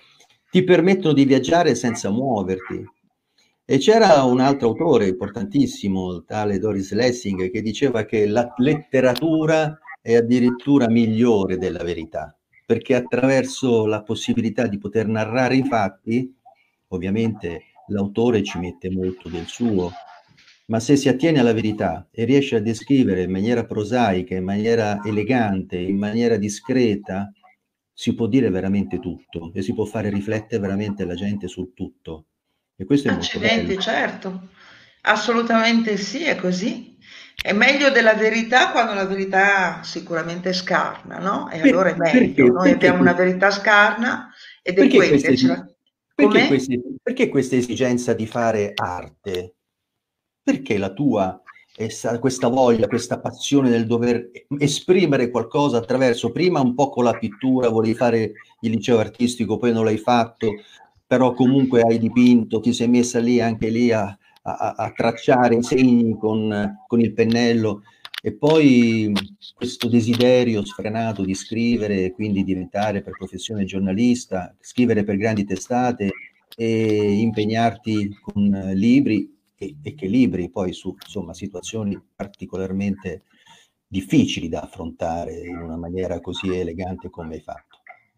ti permettono di viaggiare senza muoverti. E c'era un altro autore importantissimo, il tale Doris Lessing, che diceva che la letteratura è addirittura migliore della verità, perché attraverso la possibilità di poter narrare i fatti, ovviamente l'autore ci mette molto del suo, ma se si attiene alla verità e riesce a descrivere in maniera prosaica, in maniera elegante, in maniera discreta, si può dire veramente tutto e si può fare riflettere veramente la gente sul tutto. E questo è molto bello. Accidenti, certo, assolutamente sì, è così. È meglio della verità quando la verità sicuramente è scarna, no? E Per- allora è meglio. perché, Noi perché, abbiamo una que- verità scarna ed è perché quella. questa ce esi- la- perché Com'è? queste- perché questa esigenza di fare arte? Perché la tua, essa- questa voglia, questa passione del dover esprimere qualcosa attraverso, prima un po' con la pittura, volevi fare il liceo artistico, poi non l'hai fatto, però comunque hai dipinto, ti sei messa lì anche lì a, a- a tracciare i segni con, con il pennello e poi questo desiderio sfrenato di scrivere e quindi diventare per professione giornalista, scrivere per grandi testate e impegnarti con eh, libri e, e che libri poi su insomma, situazioni particolarmente difficili da affrontare in una maniera così elegante come hai fatto.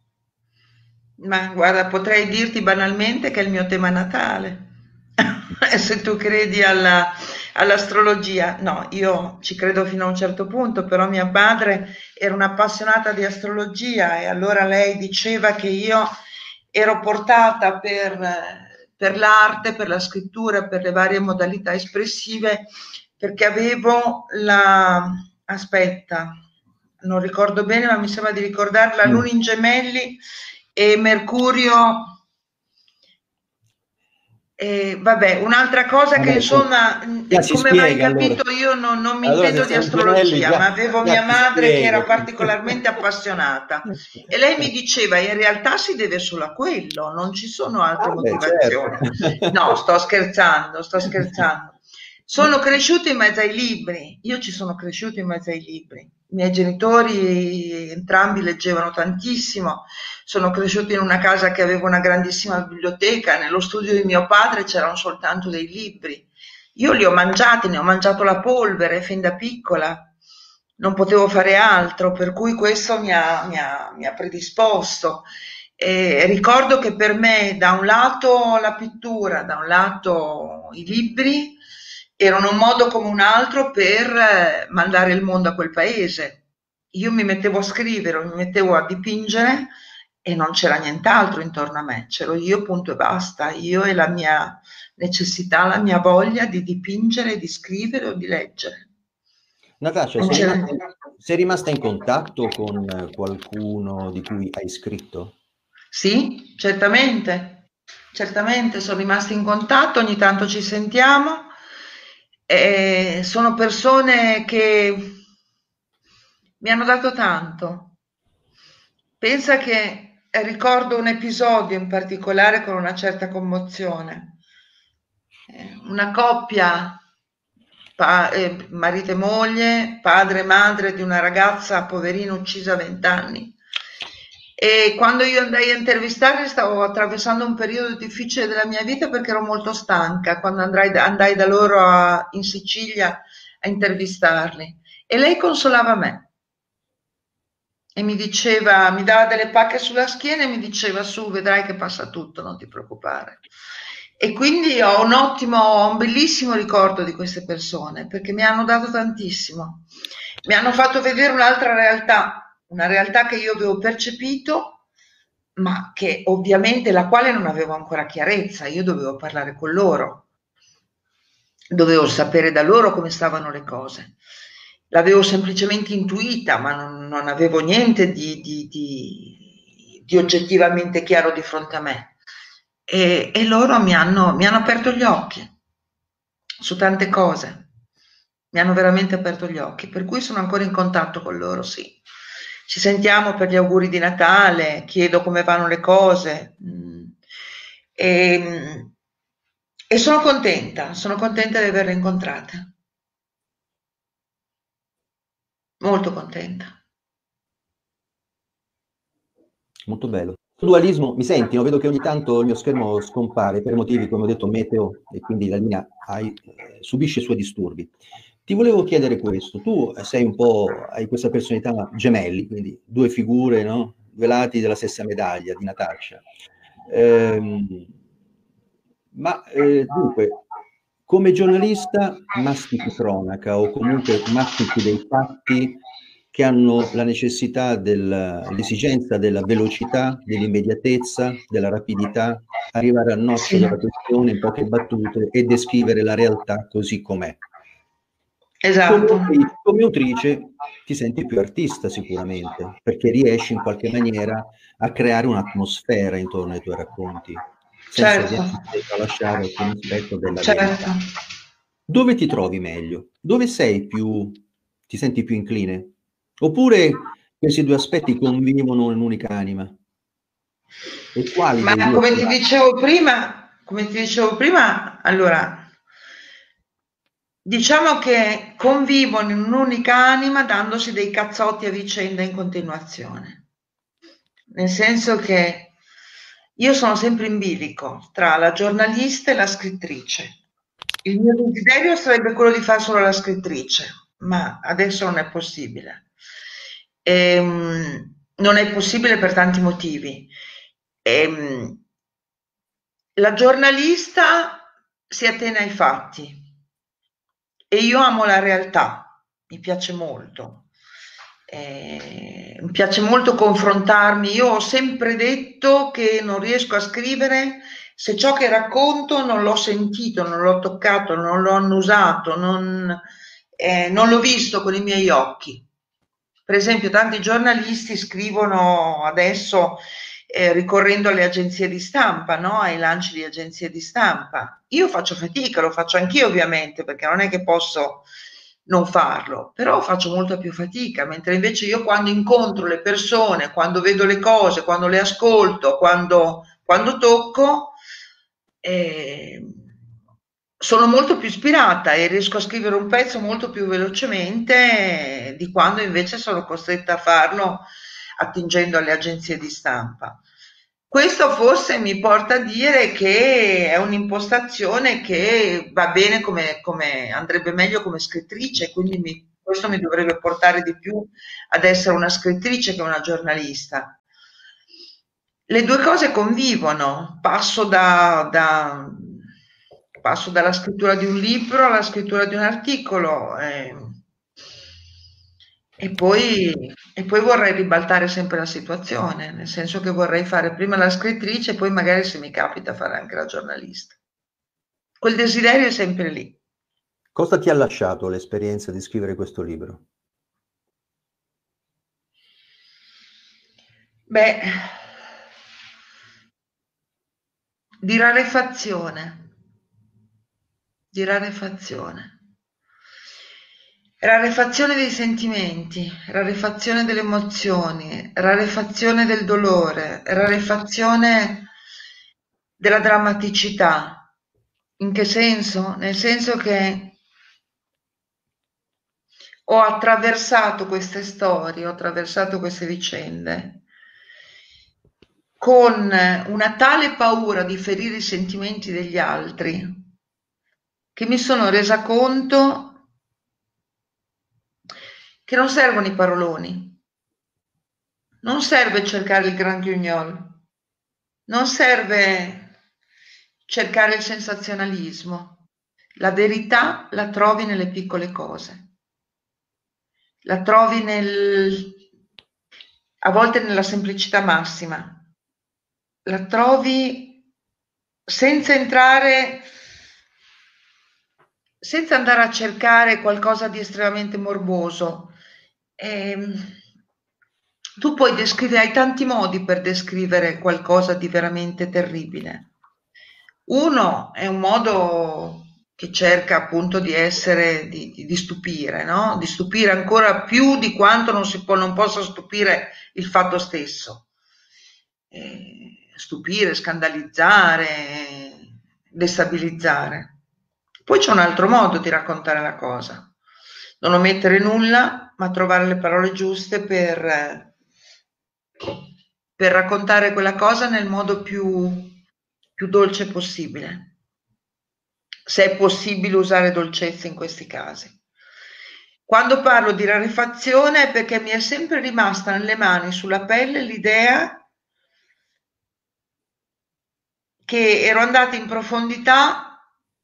Ma guarda, potrei dirti banalmente che è il mio tema natale. Se tu credi alla- all'astrologia, no, io ci credo fino a un certo punto, però mia madre era un'appassionata di astrologia e allora lei diceva che io ero portata per, eh, per l'arte, per la scrittura, per le varie modalità espressive, perché avevo la... Aspetta, non ricordo bene, ma mi sembra di ricordare la Luna Mm. in Gemelli e Mercurio. E vabbè, un'altra cosa che Vabbè, insomma, insomma, mh, già e si come avrai spiega allora. capito, io non, non mi Allora, se intendo di sei un gemelli, astrologia, ma già, avevo già mia ti madre che era spiega. particolarmente appassionata e lei mi diceva, in realtà si deve solo a quello, non ci sono altre Ah, beh, certo. motivazioni. No, sto scherzando, sto scherzando. Sono cresciuta in mezzo ai libri, io ci sono cresciuta in mezzo ai libri. I miei genitori entrambi leggevano tantissimo, sono cresciuta in una casa che aveva una grandissima biblioteca, nello studio di mio padre c'erano soltanto dei libri. Io li ho mangiati, ne ho mangiato la polvere fin da piccola, non potevo fare altro, per cui questo mi ha, mi ha- mi ha predisposto. E ricordo che per me da un lato la pittura, da un lato i libri, erano un modo come un altro per eh, mandare il mondo a quel paese. Io mi mettevo a scrivere, mi mettevo a dipingere e non c'era nient'altro intorno a me, c'ero io, punto e basta, io e la mia necessità, la mia voglia di dipingere, di scrivere o di leggere. Natascia, Non sei c'era. rimasta, sei rimasta in contatto con eh, qualcuno di cui hai scritto? Sì, certamente, certamente, sono rimasti in contatto, ogni tanto ci sentiamo. E sono persone che mi hanno dato tanto. Pensa che ricordo un episodio in particolare con una certa commozione. Eh, Una coppia, pa- eh, marito e moglie, padre e madre di una ragazza poverina uccisa a venti anni. E quando io andai a intervistarli stavo attraversando un periodo difficile della mia vita perché ero molto stanca quando andrai da- andai da loro a- in Sicilia a intervistarli. E lei consolava me e mi diceva, mi dava delle pacche sulla schiena e mi diceva su, vedrai che passa tutto, non ti preoccupare. E quindi ho un ottimo, ho un bellissimo ricordo di queste persone perché mi hanno dato tantissimo. Mi hanno fatto vedere un'altra realtà, una realtà che io avevo percepito, ma che ovviamente la quale non avevo ancora chiarezza. Io dovevo parlare con loro, dovevo sapere da loro come stavano le cose. L'avevo semplicemente intuita, ma non, non avevo niente di, di, di, di oggettivamente chiaro di fronte a me. E, e loro mi hanno, mi hanno aperto gli occhi su tante cose, mi hanno veramente aperto gli occhi, per cui sono ancora in contatto con loro, sì. Ci sentiamo per gli auguri di Natale, chiedo come vanno le cose. mm, E, e sono contenta, sono contenta di averle incontrate, molto contenta. Molto bello. dualismo, mi senti? No? Vedo che ogni tanto il mio schermo scompare per motivi, come ho detto, meteo, e quindi la linea hai, eh, subisce i suoi disturbi. Ti volevo chiedere questo, tu sei un po', hai questa personalità gemelli, quindi due figure, no? Due lati della stessa medaglia di Natascia. Ehm, ma eh, dunque, come giornalista mastichi cronaca o comunque mastichi dei fatti che hanno la necessità, l'esigenza della velocità, dell'immediatezza, della rapidità, arrivare al noccio Sì, della questione in poche battute e descrivere la realtà così com'è. Come esatto. autrice, come autrice ti senti più artista sicuramente, perché riesci in qualche maniera a creare un'atmosfera intorno ai tuoi racconti, senza Certo, ovviamente tralasciare alcun aspetto della certo. verità. Dove ti trovi meglio? Dove sei più, ti senti più incline? Oppure questi due aspetti convivono in un'unica anima? E quali Ma dei due come ti prevalgono? dicevo prima, come ti dicevo prima, allora, diciamo che convivono in un'unica anima dandosi dei cazzotti a vicenda in continuazione. Nel senso che io sono sempre in bilico tra la giornalista e la scrittrice. Il mio desiderio sarebbe quello di fare solo la scrittrice, ma adesso non è possibile. Ehm, non è possibile per tanti motivi. Ehm, la giornalista si attiene ai fatti e io amo la realtà, mi piace molto. Eh, mi piace molto confrontarmi. Io ho sempre detto che non riesco a scrivere se ciò che racconto non l'ho sentito, non l'ho toccato, non l'ho annusato, non, eh, non l'ho visto con i miei occhi. Per esempio, tanti giornalisti scrivono adesso eh, ricorrendo alle agenzie di stampa, no? Ai lanci di agenzie di stampa. Io faccio fatica, lo faccio anch'io ovviamente, perché non è che posso non farlo, però faccio molta più fatica, mentre invece io quando incontro le persone, quando vedo le cose, quando le ascolto, quando, quando tocco, eh, sono molto più ispirata e riesco a scrivere un pezzo molto più velocemente di quando invece sono costretta a farlo attingendo alle agenzie di stampa. Questo forse mi porta a dire che è un'impostazione che va bene come, come andrebbe meglio come scrittrice, quindi mi- questo mi dovrebbe portare di più ad essere una scrittrice che una giornalista. Le due cose convivono, passo da, da- passo dalla scrittura di un libro alla scrittura di un articolo, eh, e poi, e poi vorrei ribaltare sempre la situazione, nel senso che vorrei fare prima la scrittrice e poi magari se mi capita fare anche la giornalista. Quel desiderio è sempre lì. Cosa ti ha lasciato l'esperienza di scrivere questo libro? Beh, di rarefazione, di rarefazione. Rarefazione dei sentimenti, rarefazione delle emozioni, rarefazione del dolore, rarefazione della drammaticità. In che senso? Nel senso che ho attraversato queste storie, ho attraversato queste vicende con una tale paura di ferire i sentimenti degli altri che mi sono resa conto che non servono i paroloni, non serve cercare il gran guignol, non serve cercare il sensazionalismo. La verità la trovi nelle piccole cose, la trovi nel, a volte nella semplicità massima, la trovi senza entrare, senza andare a cercare qualcosa di estremamente morboso. Ehm, tu puoi descrivere, hai tanti modi per descrivere qualcosa di veramente terribile. Uno è un modo che cerca appunto di essere, di, di- di stupire, no? Di stupire ancora più di quanto non si può, non possa stupire il fatto stesso. Eh, stupire, scandalizzare, destabilizzare. Poi c'è un altro modo di raccontare la cosa, non omettere nulla, ma trovare le parole giuste per, per raccontare quella cosa nel modo più, più dolce possibile, se è possibile usare dolcezza in questi casi. Quando parlo di rarefazione è perché mi è sempre rimasta nelle mani, sulla pelle, l'idea che ero andata in profondità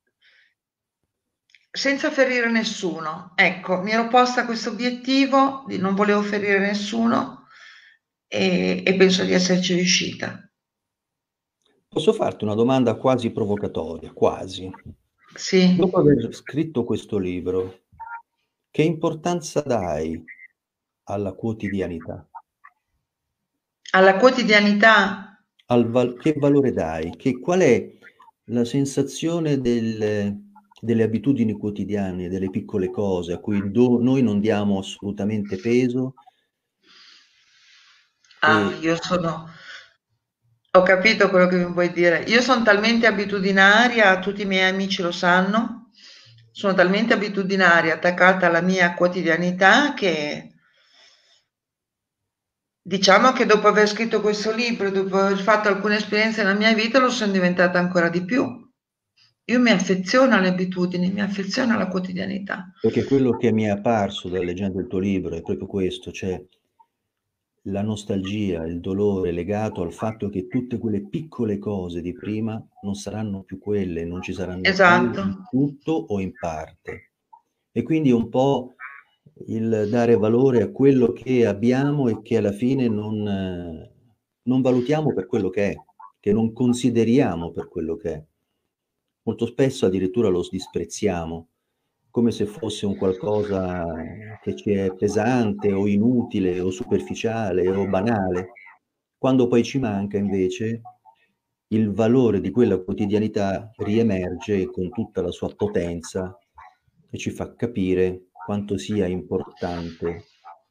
senza ferire nessuno. Ecco, mi ero posta questo obiettivo, di non volevo ferire nessuno e, e penso di esserci riuscita. Posso farti una domanda quasi provocatoria, quasi. Sì, Dopo aver scritto questo libro, che importanza dai alla quotidianità? alla quotidianità. Al val- che valore dai? Che, qual è la sensazione del- delle abitudini quotidiane, delle piccole cose a cui do- noi non diamo assolutamente peso Ah, e io sono, ho capito quello che mi vuoi dire. Io sono talmente abitudinaria, tutti i miei amici lo sanno, sono talmente abitudinaria, attaccata alla mia quotidianità che diciamo che dopo aver scritto questo libro, dopo aver fatto alcune esperienze nella mia vita, lo sono diventata ancora di più. Io mi affeziono alle abitudini, mi affeziono alla quotidianità. perché quello che mi è apparso dal leggendo il tuo libro è proprio questo, cioè la nostalgia, il dolore legato al fatto che tutte quelle piccole cose di prima non saranno più quelle, non ci saranno più Esatto, in tutto o in parte. E quindi un po' il dare valore a quello che abbiamo e che alla fine non, eh, non valutiamo per quello che è, che non consideriamo per quello che è. Molto spesso addirittura lo disprezziamo, come se fosse un qualcosa che ci è pesante o inutile o superficiale o banale, quando poi ci manca invece il valore di quella quotidianità riemerge con tutta la sua potenza e ci fa capire quanto sia importante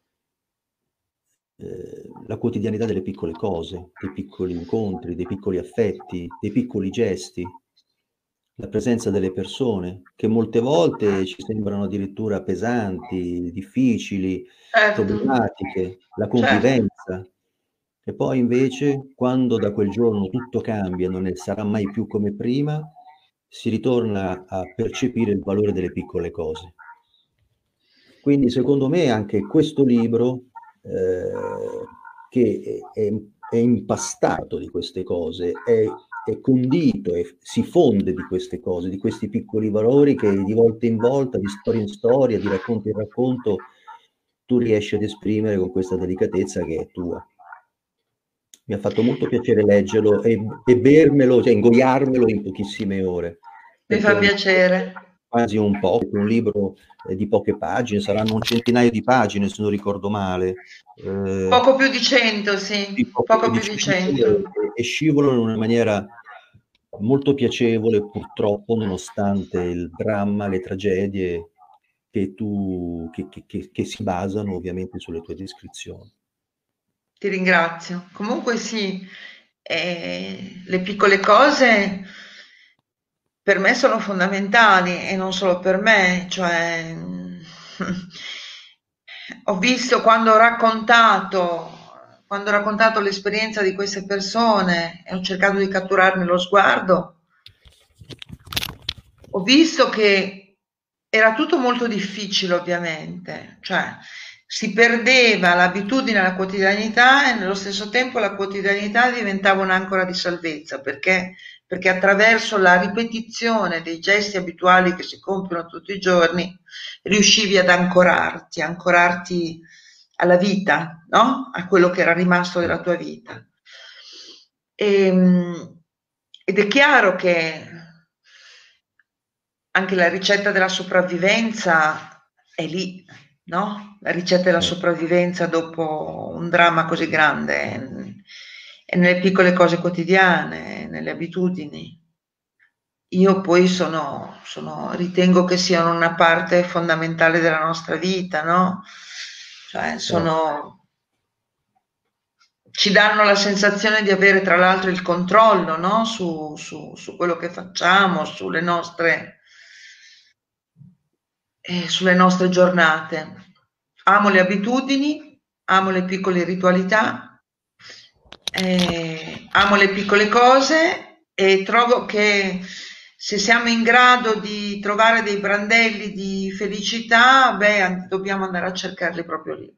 eh, la quotidianità delle piccole cose, dei piccoli incontri, dei piccoli affetti, dei piccoli gesti, la presenza delle persone, che molte volte ci sembrano addirittura pesanti, difficili, certo, problematiche, la certo. convivenza. E poi invece, quando da quel giorno tutto cambia, non ne sarà mai più come prima, si ritorna a percepire il valore delle piccole cose. Quindi secondo me anche questo libro, eh, che è, è- è impastato di queste cose, è, è condito e si fonde di queste cose, di questi piccoli valori che di volta in volta, di storia in storia, di racconto in racconto, tu riesci ad esprimere con questa delicatezza che è tua. Mi ha fatto molto piacere leggerlo e, e bermelo, cioè ingoiarmelo in pochissime ore, Mi perché fa è un, piacere. quasi un po', un libro eh, di poche pagine, saranno un centinaio di pagine se non ricordo male, eh, Poco più di cento, di sì, poco più poco di più di cento cento. e, e scivolano in una maniera molto piacevole, purtroppo, nonostante il dramma, le tragedie che tu, che, che, che, che si basano ovviamente sulle tue descrizioni. Ti ringrazio. Comunque sì, eh, le piccole cose per me sono fondamentali e non solo per me, cioè mm, ho visto quando ho raccontato, quando ho raccontato l'esperienza di queste persone e ho cercato di catturarne lo sguardo, ho visto che era tutto molto difficile ovviamente, cioè si perdeva l'abitudine alla quotidianità e nello stesso tempo la quotidianità diventava un'ancora di salvezza perché, perché attraverso la ripetizione dei gesti abituali che si compiono tutti i giorni riuscivi ad ancorarti, ancorarti alla vita, no? A quello che era rimasto della tua vita. E, ed è chiaro che anche la ricetta della sopravvivenza è lì, no? La ricetta della Eh, sopravvivenza dopo un dramma così grande è nelle piccole cose quotidiane, nelle abitudini. Io poi sono, sono, ritengo che siano una parte fondamentale della nostra vita, no? Cioè, certo. sono, ci danno la sensazione di avere tra l'altro il controllo, no? Su, su, su quello che facciamo, sulle nostre, eh, sulle nostre giornate. Amo le abitudini, amo le piccole ritualità Eh, amo le piccole cose e trovo che se siamo in grado di trovare dei brandelli di felicità, beh, an- dobbiamo andare a cercarli proprio lì.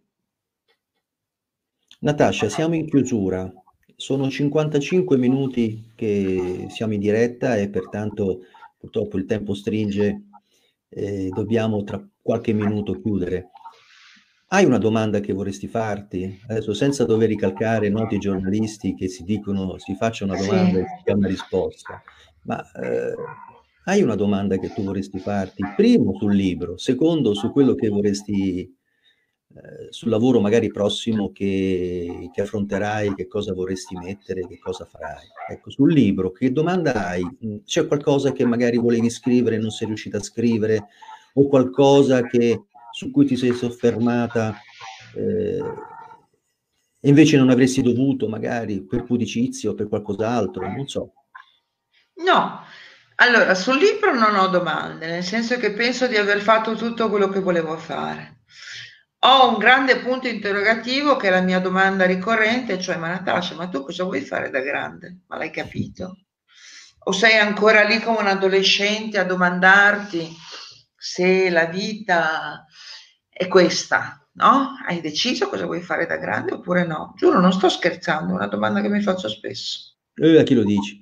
Natascia, siamo in chiusura. Sono cinquantacinque minuti che siamo in diretta e pertanto purtroppo il tempo stringe e dobbiamo tra qualche minuto chiudere. Hai una domanda che vorresti farti? Adesso senza dover ricalcare noti giornalisti che si dicono si faccia una Sì. domanda e si dia una risposta, ma eh, hai una domanda che tu vorresti farti? Primo sul libro, secondo su quello che vorresti, eh, sul lavoro magari prossimo che, che affronterai, che cosa vorresti mettere, che cosa farai. Ecco, sul libro, che domanda hai? Mm, C'è qualcosa che magari volevi scrivere e non sei riuscita a scrivere, o qualcosa che su cui ti sei soffermata eh, e invece non avresti dovuto, magari per pudicizia o per qualcos'altro, non so. No, allora sul libro non ho domande, nel senso che penso di aver fatto tutto quello che volevo fare. Ho un grande punto interrogativo che è la mia domanda ricorrente, cioè, ma Natascia, ma tu cosa vuoi fare da grande? Ma l'hai capito? O sei ancora lì come un adolescente a domandarti se la vita è questa, no? Hai deciso cosa vuoi fare da grande oppure no? Giuro, non sto scherzando, è una domanda che mi faccio spesso. E a chi lo dici?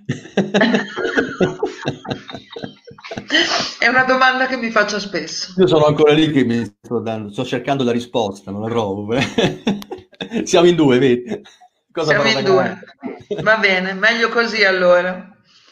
È una domanda che mi faccio spesso. Io sono ancora lì che mi sto dando, sto cercando la risposta, non la trovo. Siamo in due, vedi? Cosa Siamo farò da in due. grande? Va bene, meglio così allora.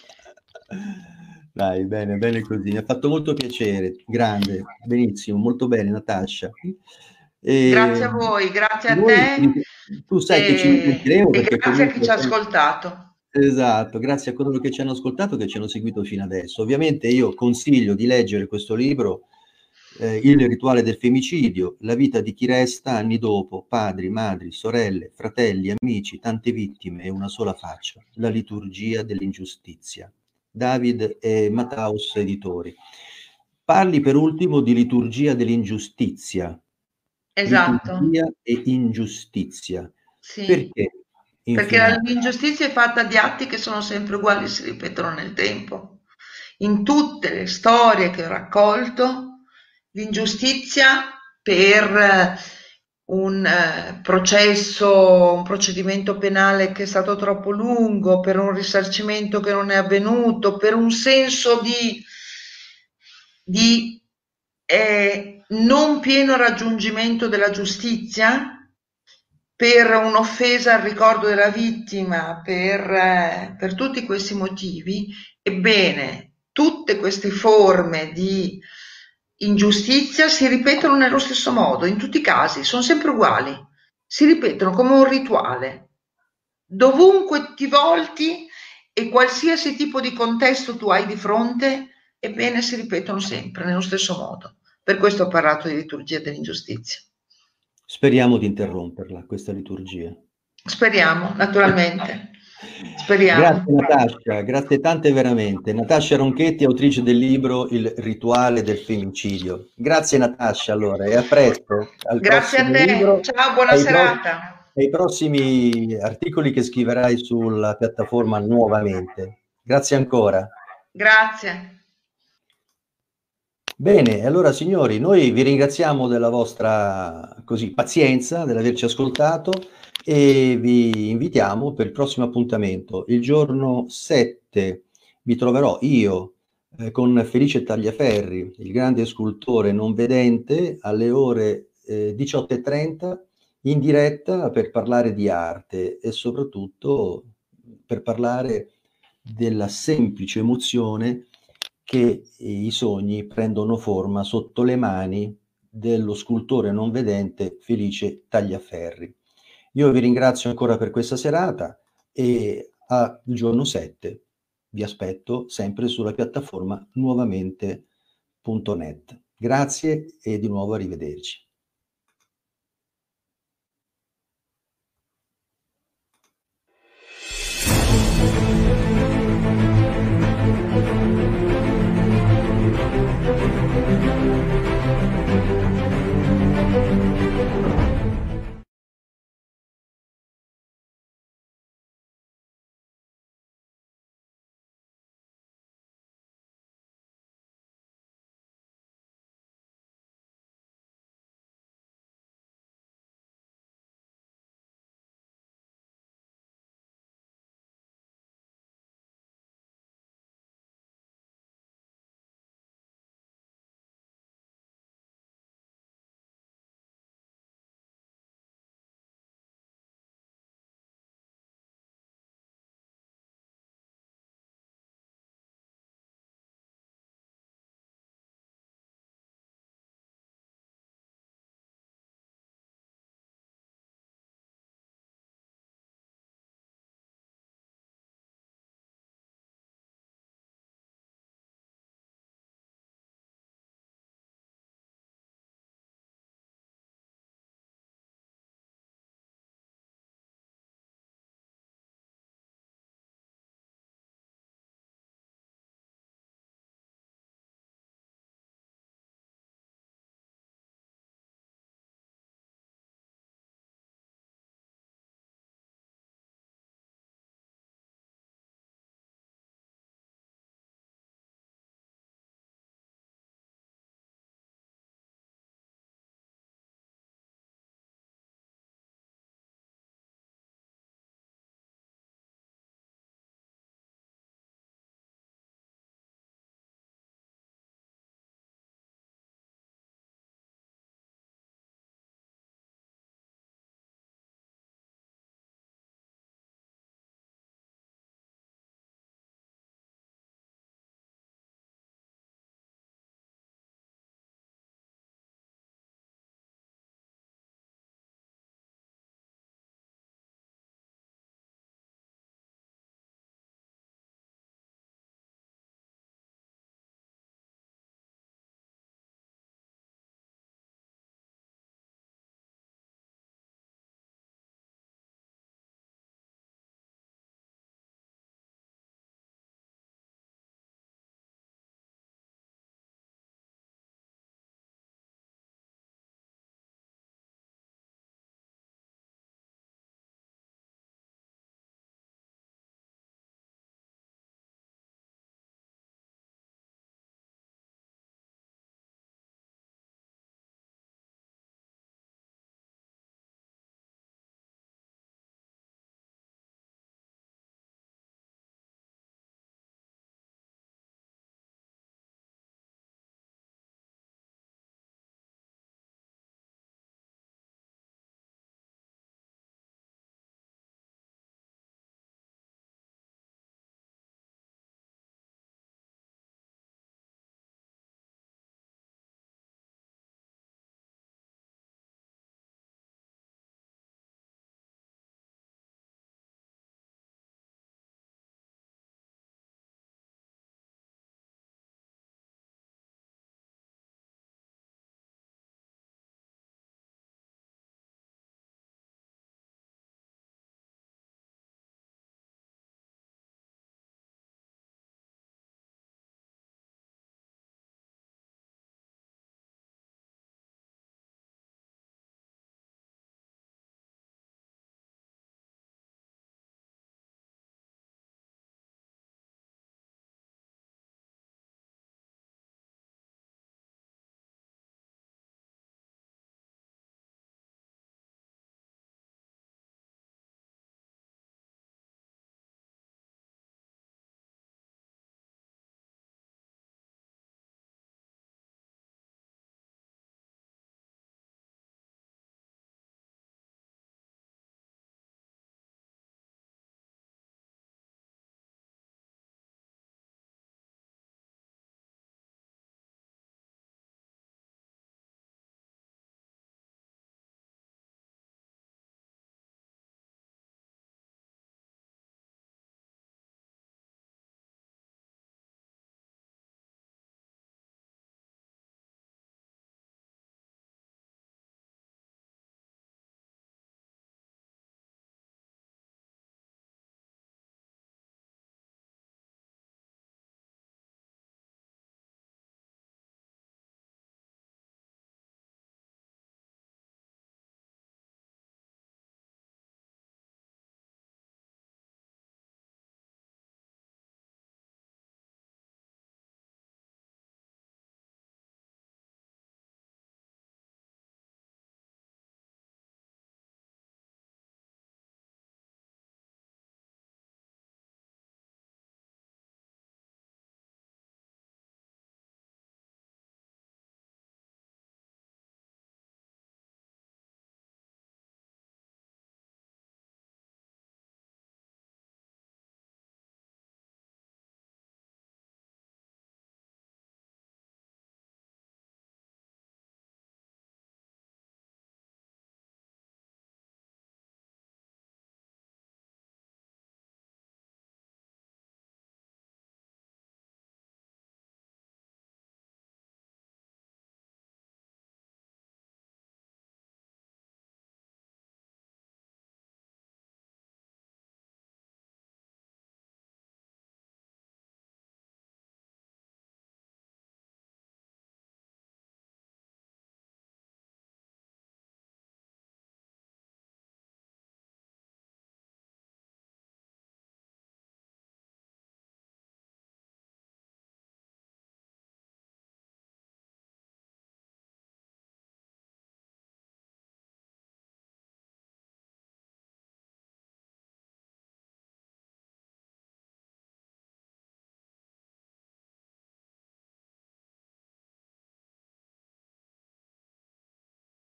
Dai, bene, bene così. Mi ha fatto molto piacere. Grande, benissimo, molto bene, Natascia. Grazie E a voi, grazie a noi, te tu sai che ci e, risentiremo e perché grazie a chi ci comunque... ha ascoltato. Esatto, grazie a coloro che ci hanno ascoltato, che ci hanno seguito fino adesso. Ovviamente io consiglio di leggere questo libro, eh, Il rituale del femicidio, la vita di chi resta anni dopo, padri, madri, sorelle, fratelli, amici, tante vittime e una sola faccia, la liturgia dell'ingiustizia. David e Mataus Editori. Parli per ultimo di liturgia dell'ingiustizia, Esatto, liturgia e ingiustizia. sì, Perché in perché la- finale? l'ingiustizia è fatta di atti che sono sempre uguali, si ripetono nel tempo. In tutte le storie che ho raccolto, l'ingiustizia per eh, un eh, processo, un procedimento penale che è stato troppo lungo, per un risarcimento che non è avvenuto, per un senso di, di eh, non pieno raggiungimento della giustizia, per un'offesa al ricordo della vittima, per, eh, per tutti questi motivi, ebbene, tutte queste forme di ingiustizia si ripetono nello stesso modo, in tutti i casi, sono sempre uguali, si ripetono come un rituale. Dovunque ti volti e qualsiasi tipo di contesto tu hai di fronte, ebbene, si ripetono sempre nello stesso modo. Per questo ho parlato di liturgia dell'ingiustizia. Speriamo di interromperla, questa liturgia. Speriamo, naturalmente. Speriamo. Grazie Natascia, grazie tante veramente. Natascia Ronchetti, autrice del libro Il rituale del femminicidio. Grazie Natascia, allora, e a presto al Grazie a prossimo te. libro Ciao, buona e ai, pro- serata. e ai prossimi articoli che scriverai sulla piattaforma nuovamente. Grazie ancora. Grazie. Bene, allora signori, noi vi ringraziamo della vostra così, pazienza, dell'averci ascoltato e vi invitiamo per il prossimo appuntamento. Il giorno sette mi troverò io eh, con Felice Tagliaferri, il grande scultore non vedente, alle ore eh, diciotto e trenta in diretta per parlare di arte e soprattutto per parlare della semplice emozione che i sogni prendono forma sotto le mani dello scultore non vedente Felice Tagliaferri. Io vi ringrazio ancora per questa serata e al giorno sette vi aspetto sempre sulla piattaforma nuovamente punto net. Grazie e di nuovo arrivederci.